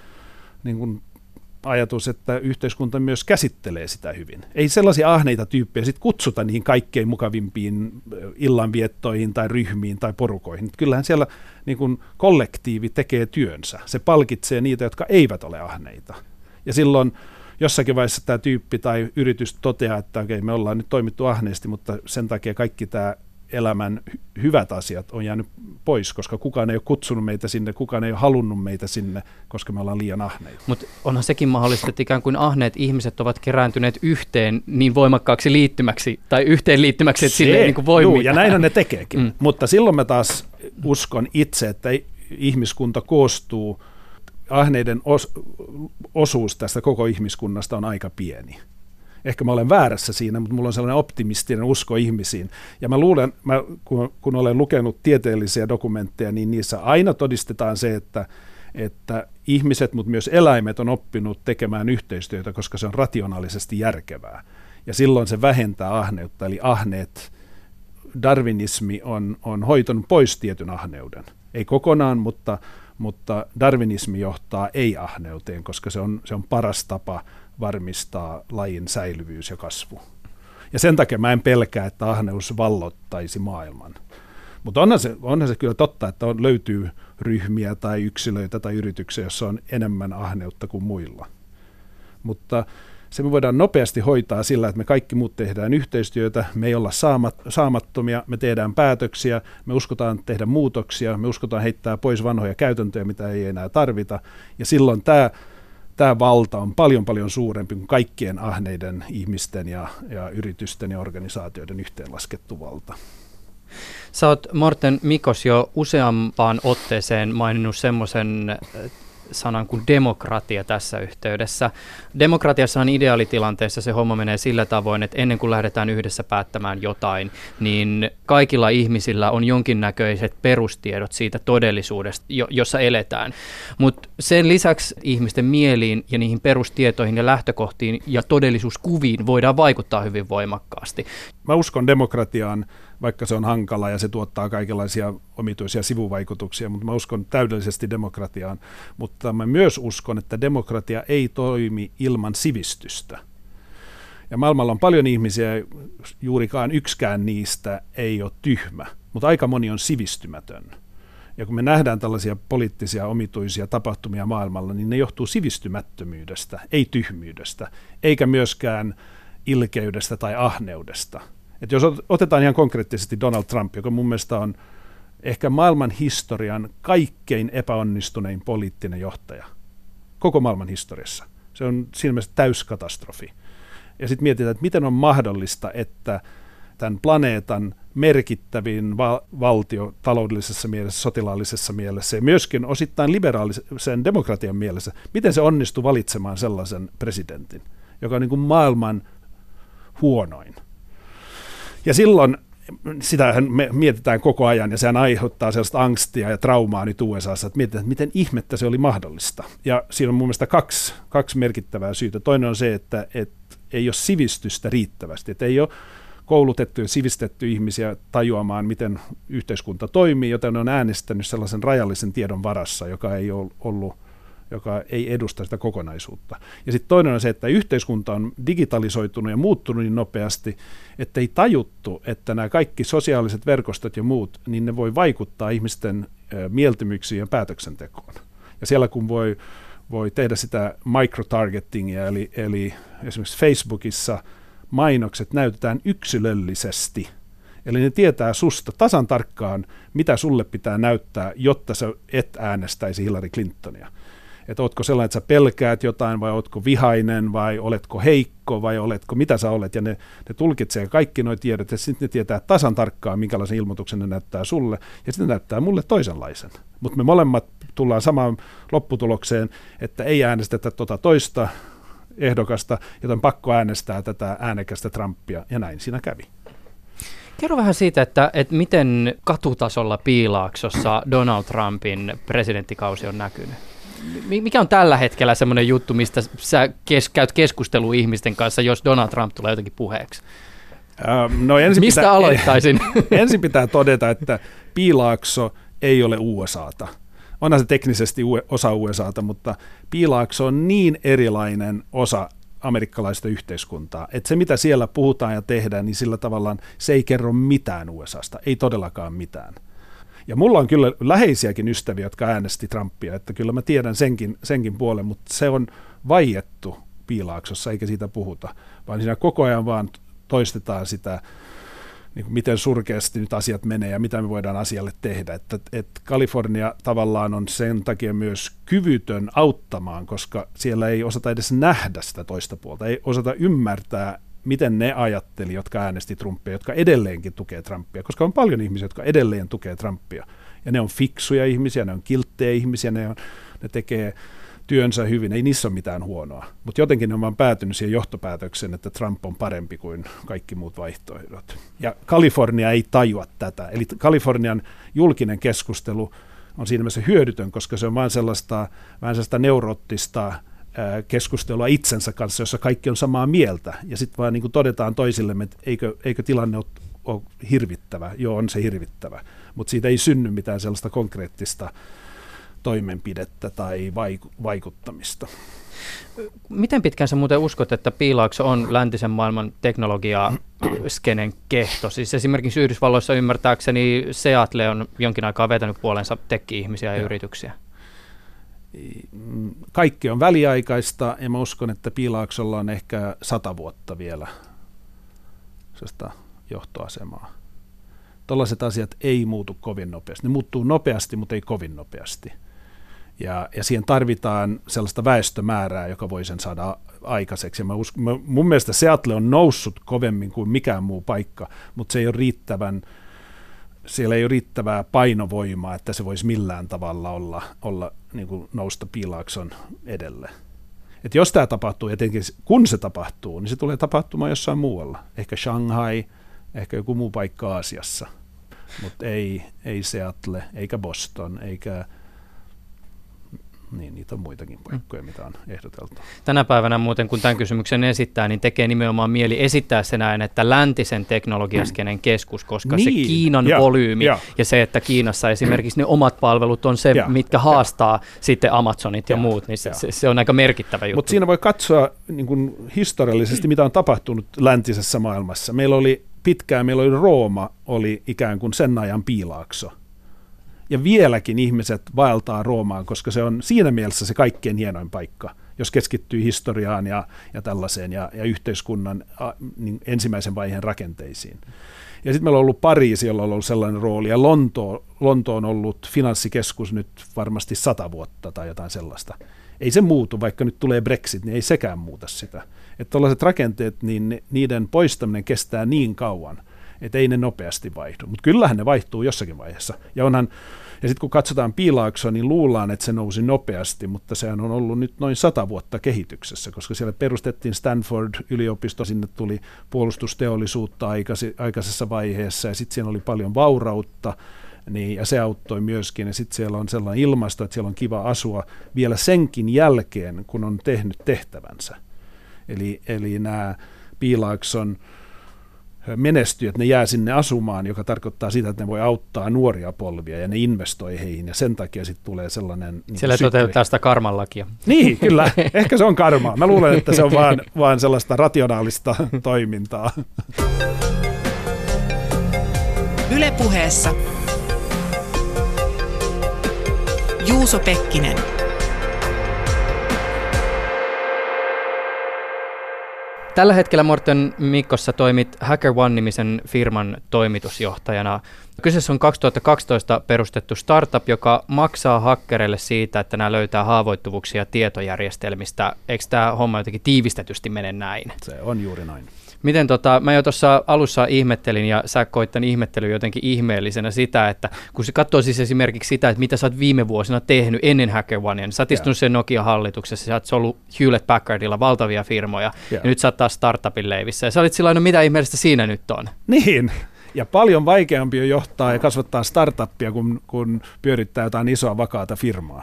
niin kuin ajatus, että yhteiskunta myös käsittelee sitä hyvin. Ei sellaisia ahneita tyyppejä sit kutsuta niihin kaikkein mukavimpiin illanviettoihin tai ryhmiin tai porukoihin. Kyllähän siellä niin kuin kollektiivi tekee työnsä. Se palkitsee niitä, jotka eivät ole ahneita. Ja silloin jossakin vaiheessa tämä tyyppi tai yritys toteaa, että okei, me ollaan nyt toimittu ahneesti, mutta sen takia kaikki tämä elämän hyvät asiat on jäänyt pois, koska kukaan ei ole kutsunut meitä sinne, kukaan ei ole halunnut meitä sinne, koska me ollaan liian ahneita. Mutta onhan sekin mahdollista, että ikään kuin ahneet ihmiset ovat kerääntyneet yhteen niin voimakkaaksi liittymäksi tai yhteenliittymäksi, että sille ei niin kuin voi mitään. Ja näinhän ne tekeekin, mutta silloin mä taas uskon itse, että ihmiskunta koostuu, ahneiden osuus tästä koko ihmiskunnasta on aika pieni. Ehkä mä olen väärässä siinä, mutta mulla on sellainen optimistinen usko ihmisiin. Ja mä luulen, kun olen lukenut tieteellisiä dokumentteja, niin niissä aina todistetaan se, että ihmiset, mutta myös eläimet on oppinut tekemään yhteistyötä, koska se on rationaalisesti järkevää. Ja silloin se vähentää ahneutta, eli darwinismi on hoitanut pois tietyn ahneuden. Ei kokonaan, mutta darwinismi johtaa ei-ahneuteen, koska se on paras tapa varmistaa lajin säilyvyys ja kasvu. Ja sen takia mä en pelkää, että ahneus valloittaisi maailman. Mutta onhan se kyllä totta, että löytyy ryhmiä tai yksilöitä tai yrityksiä, joissa on enemmän ahneutta kuin muilla. Mutta se me voidaan nopeasti hoitaa sillä, että me kaikki muut tehdään yhteistyötä, me ei olla saamattomia, me tehdään päätöksiä, me uskotaan tehdä muutoksia, me uskotaan heittää pois vanhoja käytäntöjä, mitä ei enää tarvita. Ja silloin tämä valta on paljon paljon suurempi kuin kaikkien ahneiden ihmisten ja yritysten ja organisaatioiden yhteenlaskettu valta. Sä oot, Morten Mikkos, jo useampaan otteeseen maininnut semmoisen sanan kuin demokratia tässä yhteydessä. Demokratiassahan ideaalitilanteessa se homma menee sillä tavoin, että ennen kuin lähdetään yhdessä päättämään jotain, niin kaikilla ihmisillä on jonkinnäköiset perustiedot siitä todellisuudesta, jossa eletään. Mutta sen lisäksi ihmisten mieliin ja niihin perustietoihin ja lähtökohtiin ja todellisuuskuviin voidaan vaikuttaa hyvin voimakkaasti. Mä uskon demokratiaan, vaikka se on hankala ja se tuottaa kaikenlaisia omituisia sivuvaikutuksia, mutta mä uskon täydellisesti demokratiaan. Mutta mä myös uskon, että demokratia ei toimi ilman sivistystä. Ja maailmalla on paljon ihmisiä, juurikaan yksikään niistä ei ole tyhmä, mutta aika moni on sivistymätön. Ja kun me nähdään tällaisia poliittisia omituisia tapahtumia maailmalla, niin ne johtuu sivistymättömyydestä, ei tyhmyydestä, eikä myöskään ilkeydestä tai ahneudesta. Että jos otetaan ihan konkreettisesti Donald Trump, joka mun mielestä on ehkä maailman historian kaikkein epäonnistunein poliittinen johtaja, koko maailman historiassa. Se on siinä mielessä täyskatastrofi. Ja sitten mietitään, että miten on mahdollista, että tämän planeetan merkittävin valtio taloudellisessa mielessä, sotilaallisessa mielessä ja myöskin osittain liberaalisen demokratian mielessä. Miten se onnistui valitsemaan sellaisen presidentin, joka on niin kuin maailman huonoin? Ja silloin sitähän me mietitään koko ajan, ja sehän aiheuttaa sellaista angstia ja traumaa nyt USAssa, että mietitään, että miten ihmettä se oli mahdollista. Ja siinä on mun mielestä kaksi merkittävää syytä. Toinen on se, että ei ole sivistystä riittävästi, että ei ole koulutettu ja sivistetty ihmisiä tajuamaan, miten yhteiskunta toimii, joten ne on äänestänyt sellaisen rajallisen tiedon varassa, joka ei edusta sitä kokonaisuutta. Ja sitten toinen on se, että yhteiskunta on digitalisoitunut ja muuttunut niin nopeasti, että ei tajuttu, että nämä kaikki sosiaaliset verkostot ja muut, niin ne voi vaikuttaa ihmisten mieltymyksiin ja päätöksentekoon. Ja siellä kun voi tehdä sitä microtargetingia, eli esimerkiksi Facebookissa mainokset näytetään yksilöllisesti, eli ne tietää susta tasan tarkkaan, mitä sulle pitää näyttää, jotta sä et äänestäisi Hillary Clintonia. Että ootko sellainen, että sä pelkäät jotain, vai ootko vihainen, vai oletko heikko, vai oletko, mitä sä olet, ja ne tulkitsee kaikki nuo tiedot, ja sitten ne tietää tasan tarkkaan, minkälaisen ilmoituksen ne näyttää sulle, ja sitten ne näyttää mulle toisenlaisen. Mutta me molemmat tullaan samaan lopputulokseen, että ei äänestetä toista ehdokasta, joten pakko äänestää tätä äänekästä Trumpia, ja näin siinä kävi. Kerro vähän siitä, että miten katutasolla Piilaaksossa Donald Trumpin presidenttikausi on näkynyt. Mikä on tällä hetkellä semmoinen juttu, mistä sä käyt keskustelua ihmisten kanssa, jos Donald Trump tulee jotenkin puheeksi? Mistä aloittaisin? Ensin pitää todeta, että Piilaakso ei ole USAta. Onhan se teknisesti osa USAta, mutta Piilaakso on niin erilainen osa amerikkalaista yhteiskuntaa, että se mitä siellä puhutaan ja tehdään, niin sillä tavallaan se ei kerro mitään USAsta, ei todellakaan mitään. Ja mulla on kyllä läheisiäkin ystäviä, jotka äänesti Trumpia, että kyllä mä tiedän senkin puolen, mutta se on vaiettu Piilaaksossa, eikä siitä puhuta, vaan siinä koko ajan vaan toistetaan sitä, niin kuin miten surkeasti nyt asiat menee ja mitä me voidaan asialle tehdä. Että Kalifornia tavallaan on sen takia myös kyvytön auttamaan, koska siellä ei osata edes nähdä sitä toista puolta, ei osata ymmärtää, miten ne ajatteli, jotka äänesti Trumpia, jotka edelleenkin tukee Trumpia, koska on paljon ihmisiä, jotka edelleen tukee Trumpia. Ja ne on fiksuja ihmisiä, ne on kilttejä ihmisiä, ne tekee työnsä hyvin, ei niissä ole mitään huonoa. Mutta jotenkin ne on vaan päätynyt siihen johtopäätökseen, että Trump on parempi kuin kaikki muut vaihtoehdot. Ja Kalifornia ei tajua tätä. Eli Kalifornian julkinen keskustelu on siinä mielessä hyödytön, koska se on vain sellaista neuroottista keskustelua itsensä kanssa, jossa kaikki on samaa mieltä. Ja sitten vaan niin kuin todetaan toisillemme, että eikö tilanne ole hirvittävä. Joo, on se hirvittävä. Mutta siitä ei synny mitään sellaista konkreettista toimenpidettä tai vaikuttamista. Miten pitkään sä muuten uskot, että Piilaakso on läntisen maailman teknologiaskenen kehto? Siis esimerkiksi Yhdysvalloissa ymmärtääkseni Seattle on jonkin aikaa vetänyt puolensa tekki-ihmisiä ja yrityksiä. Kaikki on väliaikaista ja mä uskon, että Piilaaksolla on ehkä 100 vuotta vielä sellaista johtoasemaa. Tällaiset asiat ei muutu kovin nopeasti. Ne muuttuu nopeasti, mutta ei kovin nopeasti. Ja siihen tarvitaan sellaista väestömäärää, joka voi sen saada aikaiseksi. Ja mun mielestä Seattle on noussut kovemmin kuin mikään muu paikka, mutta se ei ole siellä ei ole riittävää painovoimaa, että se voisi millään tavalla olla niin kuin nousta Piilaakson edelle. Et jos tämä tapahtuu, etenkin kun se tapahtuu, niin se tulee tapahtumaan jossain muualla. Ehkä Shanghai, ehkä joku muu paikka Aasiassa, mutta ei Seattle, eikä Boston, eikä niin, niitä on muitakin paikkoja, mitä on ehdoteltu. Tänä päivänä muuten, kun tämän kysymyksen esittää, niin tekee nimenomaan mieli esittää se näin, että läntisen teknologiaskenen keskus, koska se Kiinan volyymi ja se, että Kiinassa esimerkiksi ne omat palvelut on se, mitkä haastaa sitten Amazonit ja muut, niin se on aika merkittävä juttu. Mutta siinä voi katsoa niin kuin historiallisesti, mitä on tapahtunut läntisessä maailmassa. Meillä oli Rooma, oli ikään kuin sen ajan Piilaakso. Ja vieläkin ihmiset vaeltaa Roomaan, koska se on siinä mielessä se kaikkein hienoin paikka, jos keskittyy historiaan ja tällaiseen ja yhteiskunnan ensimmäisen vaiheen rakenteisiin. Ja sitten meillä on ollut Pariisi, jolla on ollut sellainen rooli, ja Lonto on ollut finanssikeskus nyt varmasti 100 vuotta tai jotain sellaista. Ei se muutu, vaikka nyt tulee Brexit, niin ei sekään muuta sitä. Että tällaiset rakenteet, niin niiden poistaminen kestää niin kauan, että ei ne nopeasti vaihdu, mutta kyllähän ne vaihtuu jossakin vaiheessa. Ja sitten kun katsotaan Piilaaksoa, niin luullaan, että se nousi nopeasti, mutta sehän on ollut nyt noin 100 vuotta kehityksessä, koska siellä perustettiin Stanford-yliopisto, sinne tuli puolustusteollisuutta aikaisessa vaiheessa, ja sitten siellä oli paljon vaurautta, niin, ja se auttoi myöskin, ja sitten siellä on sellainen ilmasto, että siellä on kiva asua vielä senkin jälkeen, kun on tehnyt tehtävänsä. Eli nämä Piilaakson menestyjät, ne jää sinne asumaan, joka tarkoittaa sitä, että ne voi auttaa nuoria polvia ja ne investoi heihin ja sen takia sitten tulee sellainen siellä toteuttaa sitä karmanlakia. Niin, kyllä. Ehkä se on karmaa. Mä luulen, että se on vaan sellaista rationaalista toimintaa. Yle Puheessa Juuso Pekkinen. Tällä hetkellä Morten Mikkossa toimit HackerOne-nimisen firman toimitusjohtajana. Kyseessä on 2012 perustettu startup, joka maksaa hakkereille siitä, että nämä löytää haavoittuvuuksia tietojärjestelmistä. Eikö tämä homma jotenkin tiivistetysti mene näin? Se on juuri näin. Miten mä jo tuossa alussa ihmettelin ja sä koit tämän ihmettelyn jotenkin ihmeellisenä sitä, että kun se katsoo siis esimerkiksi sitä, että mitä sä oot viime vuosina tehnyt ennen HackerOnea, niin sä oot istunut sen Nokia-hallituksessa, sä oot ollut Hewlett Packardilla valtavia firmoja ja nyt sä oot taas startupin leivissä ja sä olit sillain, no mitä ihmeellistä siinä nyt on? Niin, ja paljon vaikeampi on johtaa ja kasvattaa startuppia, kun pyörittää jotain isoa vakaata firmaa.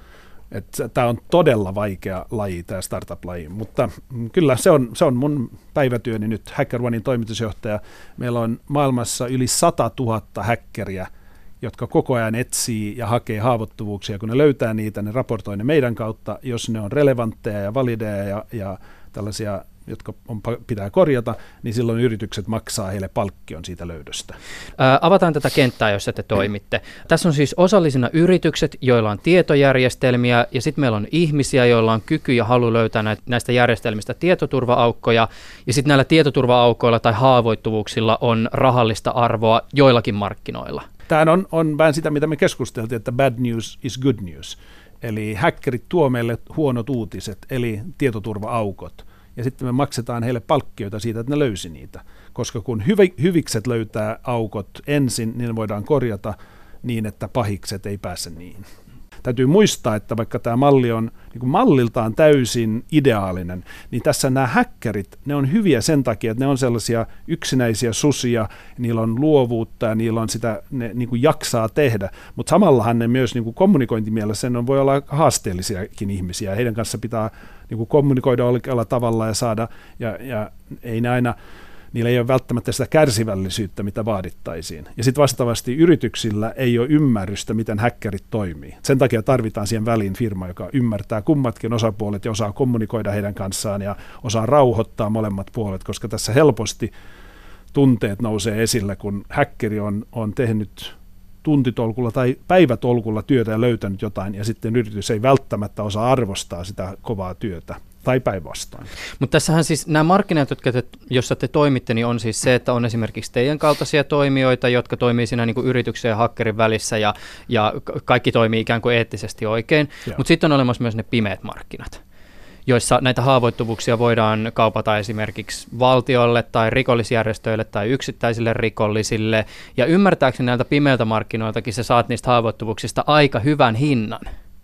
Tämä on todella vaikea laji, tämä startup-laji, mutta kyllä se on mun päivätyöni nyt, HackerOnein toimitusjohtaja. Meillä on maailmassa yli 100 000 häkkeriä, jotka koko ajan etsii ja hakee haavoittuvuuksia. Kun ne löytää niitä, ne raportoi ne meidän kautta, jos ne on relevantteja ja valideja ja tällaisia, jotka pitää korjata, niin silloin yritykset maksaa heille palkkion siitä löydöstä. Avataan tätä kenttää, jossa te toimitte. Tässä on siis osallisina yritykset, joilla on tietojärjestelmiä, ja sitten meillä on ihmisiä, joilla on kyky ja halu löytää näistä järjestelmistä tietoturva-aukkoja, ja sitten näillä tietoturva-aukoilla tai haavoittuvuuksilla on rahallista arvoa joillakin markkinoilla. Tämä on vähän sitä, mitä me keskusteltiin, että bad news is good news. Eli häkkerit tuo meille huonot uutiset, eli tietoturva-aukot. Ja sitten me maksetaan heille palkkioita siitä, että ne löysi niitä. Koska kun hyvikset löytää aukot ensin, niin ne voidaan korjata niin, että pahikset ei pääse niihin. Täytyy muistaa, että vaikka tämä malli on niin kuin malliltaan täysin ideaalinen, niin tässä nämä häkkerit, ne on hyviä sen takia, että ne on sellaisia yksinäisiä susia, niillä on luovuutta ja niillä on sitä, ne niin kuin jaksaa tehdä, mutta samallahan ne myös niin kuin kommunikointimielessä, ne voi olla haasteellisiakin ihmisiä, heidän kanssa pitää niin kuin kommunikoida oikealla tavalla ja saada, ja ei ne aina, niillä ei ole välttämättä sitä kärsivällisyyttä, mitä vaadittaisiin. Ja sitten vastaavasti yrityksillä ei ole ymmärrystä, miten häkkerit toimii. Sen takia tarvitaan siihen väliin firma, joka ymmärtää kummatkin osapuolet ja osaa kommunikoida heidän kanssaan ja osaa rauhoittaa molemmat puolet, koska tässä helposti tunteet nousee esille, kun häkkeri on tehnyt tuntitolkulla tai päivätolkulla työtä ja löytänyt jotain, ja sitten yritys ei välttämättä osaa arvostaa sitä kovaa työtä. Tai päinvastoin. Mutta tässähän siis nämä markkinat, joissa te toimitte, niin on siis se, että on esimerkiksi teidän kaltaisia toimijoita, jotka toimii siinä niin kuin yrityksen ja hakkerin välissä ja kaikki toimii ikään kuin eettisesti oikein. Mutta sitten on olemassa myös ne pimeät markkinat, joissa näitä haavoittuvuuksia voidaan kaupata esimerkiksi valtiolle tai rikollisjärjestöille tai yksittäisille rikollisille. Ja ymmärtääkseni näiltä pimeiltä markkinoiltakin sä saat niistä haavoittuvuuksista aika hyvän hinnan.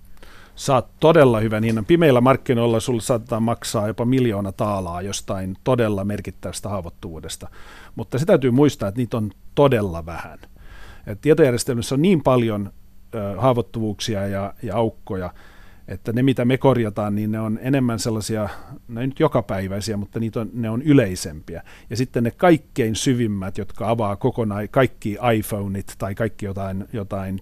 Saat todella hyvän hinnan. Pimeillä markkinoilla sulle saatetaan maksaa jopa 1 miljoona taalaa jostain todella merkittävästä haavoittuvuudesta. Mutta se täytyy muistaa, että niitä on todella vähän. Et tietojärjestelmissä on niin paljon haavoittuvuuksia ja aukkoja, että ne mitä me korjataan, niin ne on enemmän sellaisia, ne ei nyt jokapäiväisiä, mutta ne on yleisempiä. Ja sitten ne kaikkein syvimmät, jotka avaa kokonaan kaikki iPhoneit tai kaikki jotain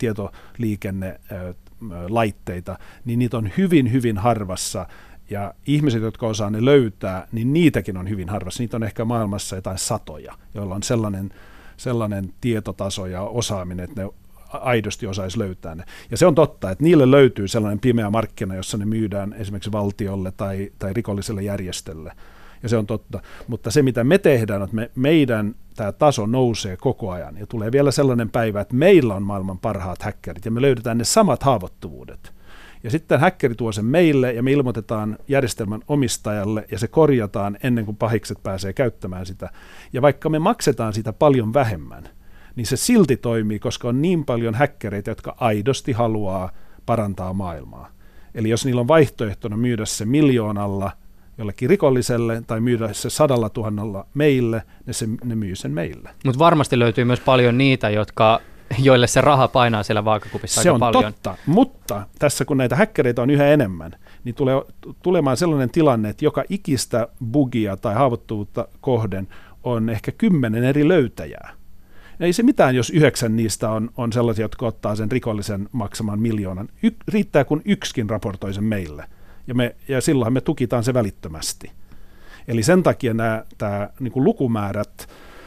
tietoliikennelaitteita, niin niitä on hyvin, hyvin harvassa. Ja ihmiset, jotka osaa ne löytää, niin niitäkin on hyvin harvassa. Niitä on ehkä maailmassa jotain satoja, joilla on sellainen tietotaso ja osaaminen, että ne aidosti osaisi löytää ne. Ja se on totta, että niille löytyy sellainen pimeä markkina, jossa ne myydään esimerkiksi valtiolle tai rikolliselle järjestölle. Ja se on totta. Mutta se, mitä me tehdään, että meidän tämä taso nousee koko ajan. Ja tulee vielä sellainen päivä, että meillä on maailman parhaat häkkärit ja me löydetään ne samat haavoittuvuudet. Ja sitten häkkeri tuo sen meille ja me ilmoitetaan järjestelmän omistajalle ja se korjataan ennen kuin pahikset pääsee käyttämään sitä. Ja vaikka me maksetaan sitä paljon vähemmän, niin se silti toimii, koska on niin paljon häkkereitä, jotka aidosti haluaa parantaa maailmaa. Eli jos niillä on vaihtoehtona myydä se 1 miljoonalla jollekin rikolliselle tai myydä se 100 000 meille, ne myy sen meille. Mutta varmasti löytyy myös paljon niitä, joille se raha painaa siellä vaakakupissa se aika paljon. Se on totta, mutta tässä kun näitä häkkereitä on yhä enemmän, niin tulee tulemaan sellainen tilanne, että joka ikistä bugia tai haavoittuvuutta kohden on ehkä 10 eri löytäjää. Ja ei se mitään, jos 9 niistä on sellaisia, jotka ottaa sen rikollisen maksamaan 1 miljoonan. Riittää, kun yksikin raportoi sen meille. Ja silloinhan me tukitaan se välittömästi. Eli sen takia nämä niin kuin lukumäärät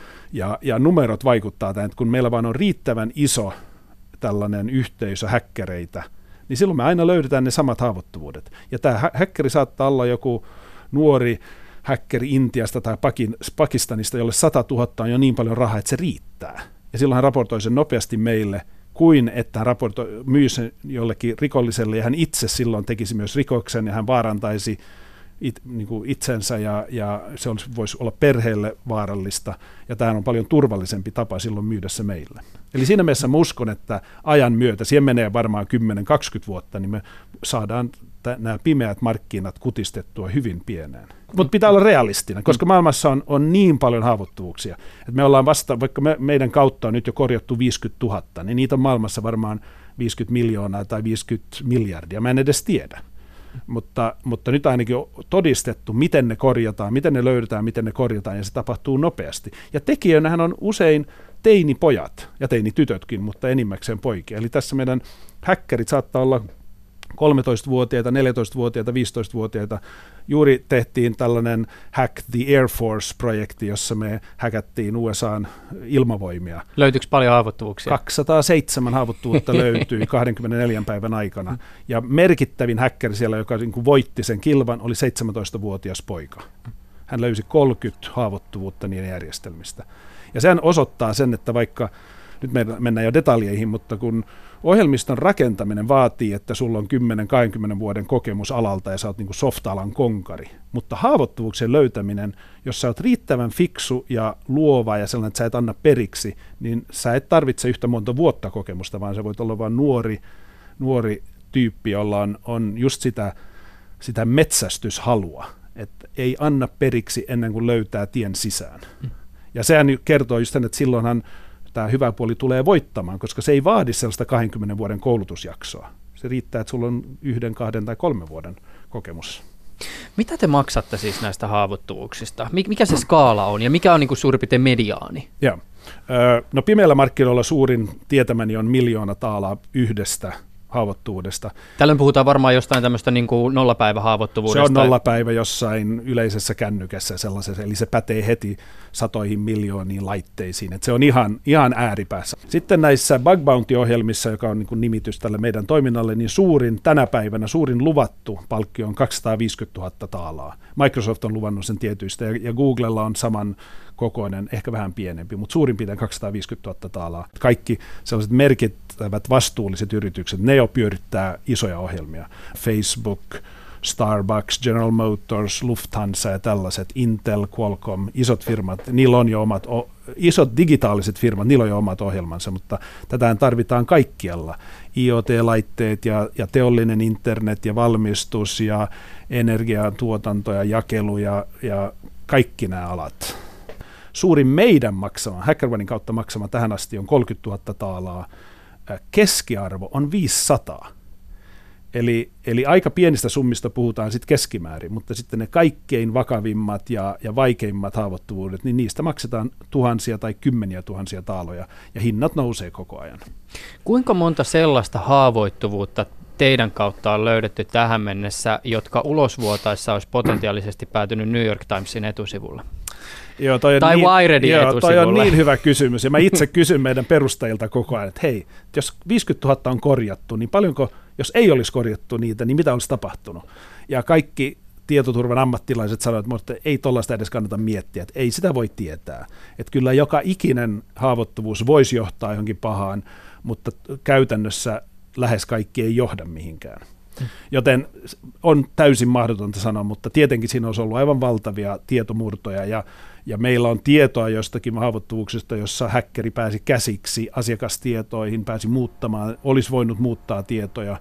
ja numerot vaikuttaa tähän, että kun meillä vaan on riittävän iso tällainen yhteisö häkkereitä, niin silloin me aina löydetään ne samat haavoittuvuudet. Ja tämä häkkeri saattaa olla joku nuori häkkeri Intiasta tai Pakistanista, jolle 100 000 on jo niin paljon rahaa, että se riittää. Ja silloin hän raportoi sen nopeasti meille, kuin että hän myy sen jollekin rikolliselle, ja hän itse silloin tekisi myös rikoksen, ja hän vaarantaisi niin kuin itsensä, ja se voisi olla perheelle vaarallista, ja tämä on paljon turvallisempi tapa silloin myydä se meille. Eli siinä mielessä mä uskon, että ajan myötä, siihen menee varmaan 10-20 vuotta, niin me saadaan nämä pimeät markkinat kutistettua hyvin pieneen. Mutta pitää olla realistinen, koska maailmassa on niin paljon haavoittuvuuksia, että me ollaan vasta, vaikka meidän kautta on nyt jo korjattu 50 000, niin niitä on maailmassa varmaan 50 miljoonaa tai 50 miljardia, mä en edes tiedä. Mutta nyt ainakin on todistettu, miten ne korjataan, miten ne löydetään, miten ne korjataan, ja se tapahtuu nopeasti. Ja tekijöinähän on usein teinipojat ja teinitytötkin, mutta enimmäkseen poikia. Eli tässä meidän häkkärit saattaa olla 13-vuotiaita, 14-vuotiaita, 15-vuotiaita. Juuri tehtiin tällainen Hack the Air Force-projekti, jossa me häkättiin USA:n ilmavoimia. Löytyykö paljon haavoittuvuuksia? 207 haavoittuvuutta löytyi 24 päivän aikana. Ja merkittävin häkkäri siellä, joka niin kuin voitti sen kilvan, oli 17-vuotias poika. Hän löysi 30 haavoittuvuutta niiden järjestelmistä. Ja sehän osoittaa sen, että vaikka nyt mennään jo detaljeihin, mutta kun ohjelmiston rakentaminen vaatii, että sulla on 10-20 vuoden kokemus alalta ja sä oot niin kuin soft-alan konkari, mutta haavoittuvuuksien löytäminen, jos sä oot riittävän fiksu ja luova ja sellainen, että sä et anna periksi, niin sä et tarvitse yhtä monta vuotta kokemusta, vaan sä voit olla vain nuori tyyppi, jolla on just sitä metsästyshalua, että ei anna periksi ennen kuin löytää tien sisään. Ja sehän kertoo just sen, että silloinhan tämä hyvä puoli tulee voittamaan, koska se ei vaadi sellaista 20 vuoden koulutusjaksoa. Se riittää, että sulla on 1, 2 tai 3 vuoden kokemus. Mitä te maksatte siis näistä haavoittuvuuksista? Mikä se skaala on ja mikä on niin kuin suurin piirtein mediaani? Joo. No pimeällä markkinoilla suurin tietämäni on 1 miljoona taalaa yhdestä haavoittuvuudesta. Tällöin puhutaan varmaan jostain tämmöistä niin kuin nollapäivähaavoittuvuudesta. Se on nollapäivä jossain yleisessä kännykässä sellaisessa, eli se pätee heti satoihin miljooniin laitteisiin, että se on ihan ääripäässä. Sitten näissä bug bounty-ohjelmissa, joka on niin kuin nimitys tälle meidän toiminnalle, niin tänä päivänä suurin luvattu palkkio on 250 000 taalaa. Microsoft on luvannut sen tietyistä, ja Googlella on saman kokoinen, ehkä vähän pienempi, mutta suurin piirtein 250 000 taalaa. Kaikki sellaiset merkittävät vastuulliset yritykset, ne jo pyörittää isoja ohjelmia. Facebook, Starbucks, General Motors, Lufthansa ja tällaiset, Intel, Qualcomm, isot firmat, niillä on jo isot digitaaliset firmat, niillä on jo omat ohjelmansa, mutta tätä tarvitaan kaikkialla. IoT-laitteet ja teollinen internet ja valmistus ja energiatuotanto ja jakelu ja kaikki nämä alat. Suurin meidän maksama, HackerOnen kautta maksama tähän asti on 30 000 taalaa, keskiarvo on 500. Eli aika pienistä summista puhutaan sitten keskimäärin, mutta sitten ne kaikkein vakavimmat ja vaikeimmat haavoittuvuudet, niin niistä maksetaan tuhansia tai 10 000 taaloja, ja hinnat nousee koko ajan. Kuinka monta sellaista haavoittuvuutta teidän kautta on löydetty tähän mennessä, jotka ulosvuotaissa olisi potentiaalisesti päätynyt New York Timesin etusivulle? Joo, tai Wiredin etusivulle. Toi on niin hyvä kysymys, ja mä itse kysyn meidän perustajilta koko ajan, että hei, jos 50 000 on korjattu, niin paljonko, jos ei olisi korjattu niitä, niin mitä olisi tapahtunut? Ja kaikki tietoturvan ammattilaiset sanoivat, että ei tuollaista edes kannata miettiä, että ei sitä voi tietää. Että kyllä joka ikinen haavoittuvuus voisi johtaa johonkin pahaan, mutta käytännössä lähes kaikki ei johda mihinkään. Joten on täysin mahdotonta sanoa, mutta tietenkin siinä olisi ollut aivan valtavia tietomurtoja ja meillä on tietoa jostakin haavoittuvuuksista, jossa häkkeri pääsi käsiksi asiakastietoihin, pääsi muuttamaan, olisi voinut muuttaa tietoja,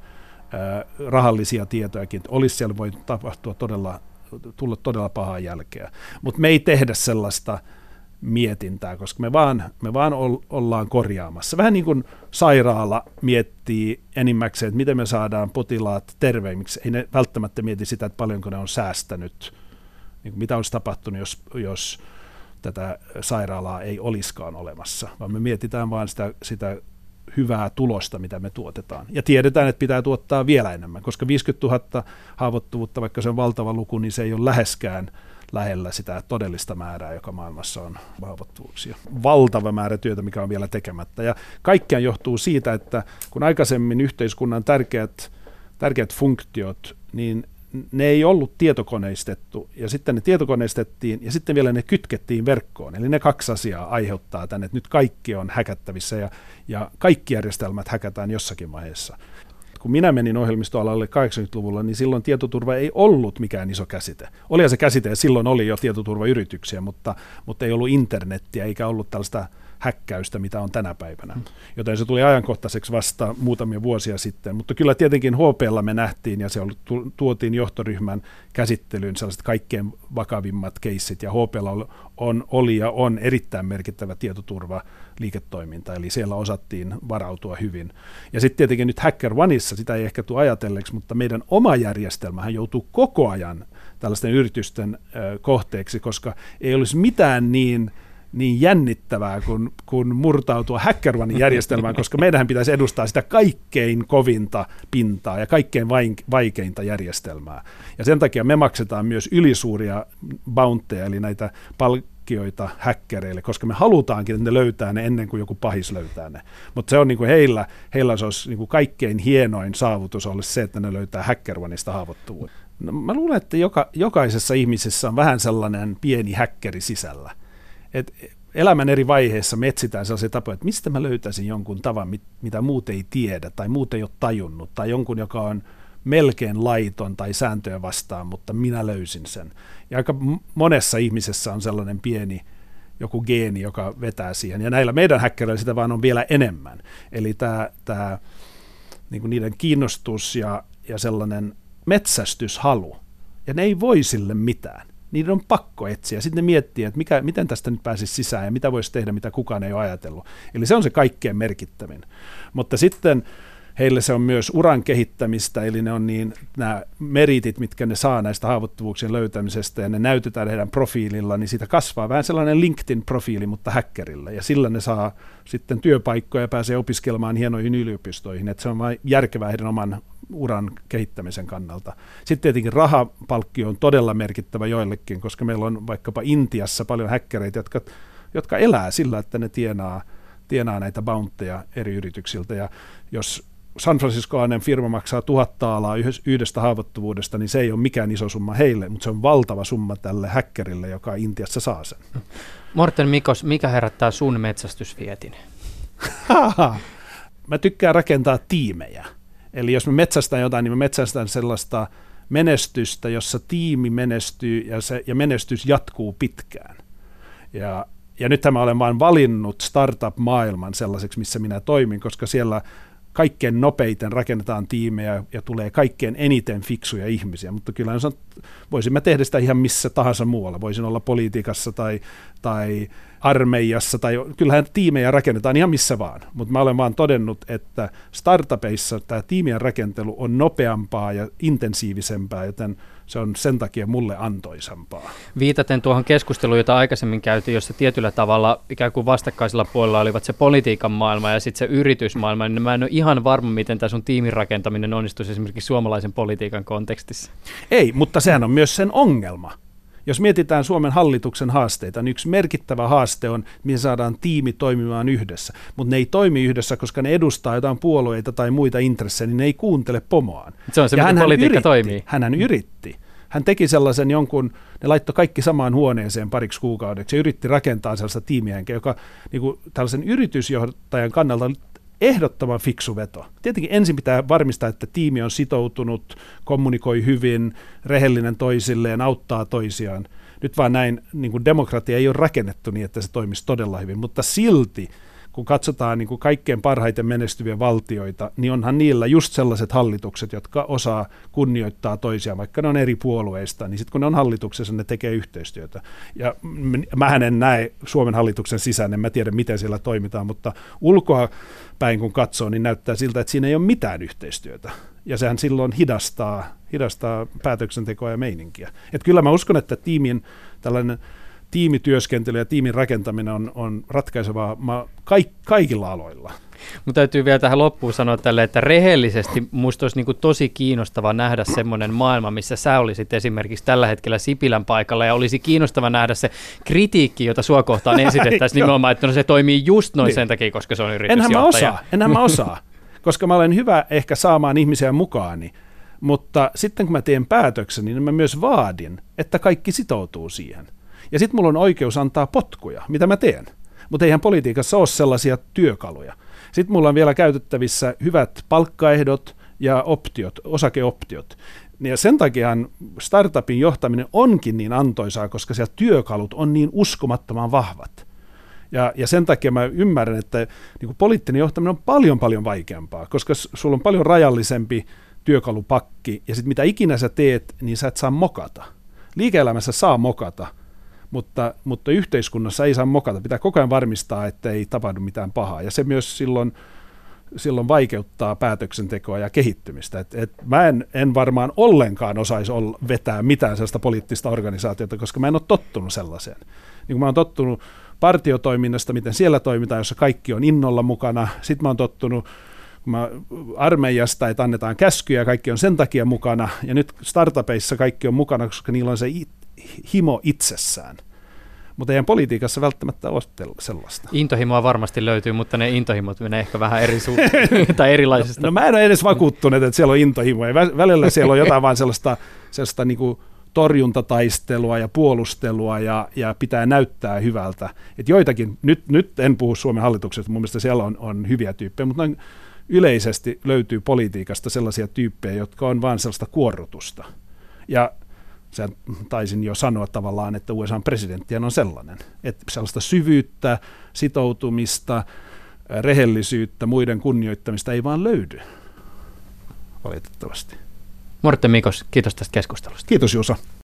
rahallisia tietojakin, olisi siellä voinut tapahtua tulla todella pahaa jälkeä. Mutta me ei tehdä sellaista mietintää, koska me vaan ollaan korjaamassa. Vähän niin kuin sairaala miettii enimmäkseen, että miten me saadaan potilaat terveemmiksi. Ei ne välttämättä mieti sitä, että paljonko ne on säästänyt, niin kuin mitä olisi tapahtunut, jos tätä sairaalaa ei olisikaan olemassa, vaan me mietitään vaan sitä hyvää tulosta, mitä me tuotetaan. Ja tiedetään, että pitää tuottaa vielä enemmän, koska 50 000 haavoittuvuutta, vaikka se on valtava luku, niin se ei ole läheskään lähellä sitä todellista määrää, joka maailmassa on haavoittuvuuksia. Valtava määrä työtä, mikä on vielä tekemättä. Ja kaikkiaan johtuu siitä, että kun aikaisemmin yhteiskunnan tärkeät funktiot, niin ne ei ollut tietokoneistettu, ja sitten ne tietokoneistettiin, ja sitten vielä ne kytkettiin verkkoon. Eli ne kaksi asiaa aiheuttaa tänne, että nyt kaikki on häkättävissä, ja kaikki järjestelmät häkätään jossakin vaiheessa. Kun minä menin ohjelmistoalalle 80-luvulla, niin silloin tietoturva ei ollut mikään iso käsite. Olihan se käsite, ja silloin oli jo tietoturvayrityksiä, mutta ei ollut internettiä, eikä ollut tällaista häkkäystä, mitä on tänä päivänä. Joten se tuli ajankohtaiseksi vasta muutamia vuosia sitten. Mutta kyllä tietenkin HP:lla me nähtiin, ja se tuotiin johtoryhmän käsittelyyn sellaiset kaikkein vakavimmat keissit, ja HP:lla oli ja on erittäin merkittävä tietoturvaliiketoiminta, eli siellä osattiin varautua hyvin. Ja sitten tietenkin nyt HackerOneissa, sitä ei ehkä tule ajatelleeksi, mutta meidän oma järjestelmähän joutuu koko ajan tällaisten yritysten kohteeksi, koska ei olisi mitään niin jännittävää kuin murtautua HackerOnein järjestelmään, koska meidän pitäisi edustaa sitä kaikkein kovinta pintaa ja kaikkein vaikeinta järjestelmää. Ja sen takia me maksetaan myös ylisuuria bountyja, eli näitä palkkioita häkkäreille, koska me halutaankin, että ne löytää ne ennen kuin joku pahis löytää ne. Mutta se on niin kuin heillä se olisi niin kuin kaikkein hienoin saavutus olisi se, että ne löytää HackerOneista haavoittuvuuden. No, mä luulen, että jokaisessa ihmisessä on vähän sellainen pieni häkkeri sisällä. Et elämän eri vaiheissa me etsitään sellaisia tapoja, että mistä mä löytäisin jonkun tavan, mitä muut ei tiedä tai muut ei ole tajunnut, tai jonkun, joka on melkein laiton tai sääntöjä vastaan, mutta minä löysin sen. Ja aika monessa ihmisessä on sellainen pieni joku geeni, joka vetää siihen, ja näillä meidän häkkäreillä sitä vaan on vielä enemmän. Eli tämä niin kuin niiden kiinnostus ja sellainen metsästyshalu, ja ne ei voi sille mitään. Niiden on pakko etsiä. Sitten ne miettii, että miten tästä nyt pääsisi sisään ja mitä voisi tehdä, mitä kukaan ei ole ajatellut. Eli se on se kaikkein merkittävin. Mutta sitten heille se on myös uran kehittämistä, eli ne on nämä meritit, mitkä ne saa näistä haavoittuvuuksien löytämisestä, ja ne näytetään heidän profiililla, niin siitä kasvaa vähän sellainen LinkedIn-profiili, mutta häkkärillä. Ja sillä ne saa sitten työpaikkoja ja pääsee opiskelemaan hienoihin yliopistoihin. Että se on vain järkevää heidän oman uran kehittämisen kannalta. Sitten tietenkin rahapalkkio on todella merkittävä joillekin, koska meillä on vaikkapa Intiassa paljon häkkäreitä, jotka elää sillä, että ne tienaa näitä bountyja eri yrityksiltä. Ja jos San Franciscolainen firma maksaa $1,000 yhdestä haavoittuvuudesta, niin se ei ole mikään iso summa heille, mutta se on valtava summa tälle häkkärille, joka Intiassa saa sen. Morten Mikkos, mikä herättää sun metsästysvietin? Mä tykkään rakentaa tiimejä. Eli jos me metsästään jotain, niin me metsästään sellaista menestystä, jossa tiimi menestyy ja menestys jatkuu pitkään. Ja nythän mä olen vain valinnut startup-maailman sellaiseksi, missä minä toimin, koska siellä kaikkein nopeiten rakennetaan tiimejä ja tulee kaikkein eniten fiksuja ihmisiä, mutta kyllä voisin mä tehdä sitä ihan missä tahansa muualla. Voisin olla politiikassa tai armeijassa, tai kyllähän tiimejä rakennetaan ihan missä vaan, mutta mä olen vaan todennut, että startupeissa tämä tiimien rakentelu on nopeampaa ja intensiivisempää, joten se on sen takia mulle antoisampaa. Viitaten tuohon keskusteluun, jota aikaisemmin käytiin, jossa tietyllä tavalla ikään kuin vastakkaisella puolella olivat se politiikan maailma ja sitten se yritysmaailma, niin mä en ole ihan varma, miten tämä sun tiimin rakentaminen onnistuisi esimerkiksi suomalaisen politiikan kontekstissa. Ei, mutta sehän on myös sen ongelma. Jos mietitään Suomen hallituksen haasteita, niin yksi merkittävä haaste on, mihin saadaan tiimi toimimaan yhdessä. Mutta ne ei toimi yhdessä, koska ne edustaa jotain puolueita tai muita intressejä, niin ne ei kuuntele pomoaan. Se on se, miten politiikka toimii. Hänhän yritti. Hän teki sellaisen ne laittoi kaikki samaan huoneeseen pariksi kuukaudeksi ja yritti rakentaa sellaista tiimiä, joka niin kuin tällaisen yritysjohtajan kannalta oli ehdottoman fiksu veto. Tietenkin ensin pitää varmistaa, että tiimi on sitoutunut, kommunikoi hyvin, rehellinen toisilleen, auttaa toisiaan. Nyt vaan näin, niin kuin demokratia ei ole rakennettu niin, että se toimisi todella hyvin, mutta silti, kun katsotaan niin kuin kaikkein parhaiten menestyviä valtioita, niin onhan niillä just sellaiset hallitukset, jotka osaa kunnioittaa toisiaan, vaikka ne on eri puolueista, niin sitten kun ne on hallituksessa, ne tekee yhteistyötä. Ja mähän en näe Suomen hallituksen sisään, en mä tiedä miten siellä toimitaan, mutta ulkoa päin kun katsoo, niin näyttää siltä, että siinä ei ole mitään yhteistyötä. Ja sehän silloin hidastaa päätöksentekoa ja meininkiä. Että kyllä mä uskon, että tällainen tiimityöskentely ja tiimin rakentaminen on ratkaisevaa kaikilla aloilla. Mutta täytyy vielä tähän loppuun sanoa tälle, että rehellisesti musta olisi niin kuin tosi kiinnostava nähdä semmoinen maailma, missä sä olisit esimerkiksi tällä hetkellä Sipilän paikalla, ja olisi kiinnostava nähdä se kritiikki, jota sua kohtaan esitettäisiin nimenomaan, että no se toimii just noin sen takia, koska se on yritysjohtaja. Enhän mä osaa, koska mä olen hyvä ehkä saamaan ihmisiä mukaani, mutta sitten kun mä teen päätöksen, niin mä myös vaadin, että kaikki sitoutuu siihen. Ja sitten mulla on oikeus antaa potkuja, mitä mä teen. Mutta eihän politiikassa ole sellaisia työkaluja. Sitten mulla on vielä käytettävissä hyvät palkkaehdot ja optiot, osakeoptiot. Ja sen takiahan startupin johtaminen onkin niin antoisaa, koska siellä työkalut on niin uskomattoman vahvat. Ja sen takia mä ymmärrän, että niin kuin poliittinen johtaminen on paljon paljon vaikeampaa, koska sulla on paljon rajallisempi työkalupakki, ja sitten mitä ikinä sä teet, niin sä et saa mokata. Liike-elämässä saa mokata, mutta yhteiskunnassa ei saa mokata. Pitää koko ajan varmistaa, että ei tapahdu mitään pahaa. Ja se myös silloin vaikeuttaa päätöksentekoa ja kehittymistä. Mä en varmaan ollenkaan osaisi vetää mitään sellaista poliittista organisaatiota, koska mä en ole tottunut sellaiseen. Niin kuin mä oon tottunut partiotoiminnasta, miten siellä toimitaan, jossa kaikki on innolla mukana. Sitten mä oon tottunut armeijasta, että annetaan käskyjä ja kaikki on sen takia mukana. Ja nyt startupeissa kaikki on mukana, koska niillä on se himo itsessään. Mutta eihän politiikassa välttämättä ole sellaista. Intohimoa varmasti löytyy, mutta ne intohimot menee ehkä vähän eri suuntaan tai erilaisista. No mä en ole edes vakuuttunut, että siellä on intohimoja. Välillä siellä on jotain vaan sellaista niin kuin torjuntataistelua ja puolustelua ja pitää näyttää hyvältä. Et joitakin, nyt en puhu Suomen hallituksesta, mun mielestä siellä on hyviä tyyppejä, mutta yleisesti löytyy politiikasta sellaisia tyyppejä, jotka on vaan sellaista kuorrutusta. Ja sen taisin jo sanoa tavallaan, että USA:n presidentti on sellainen, että sellaista syvyyttä, sitoutumista, rehellisyyttä, muiden kunnioittamista ei vaan löydy, valitettavasti. Morten Mikkos, kiitos tästä keskustelusta. Kiitos Juuso.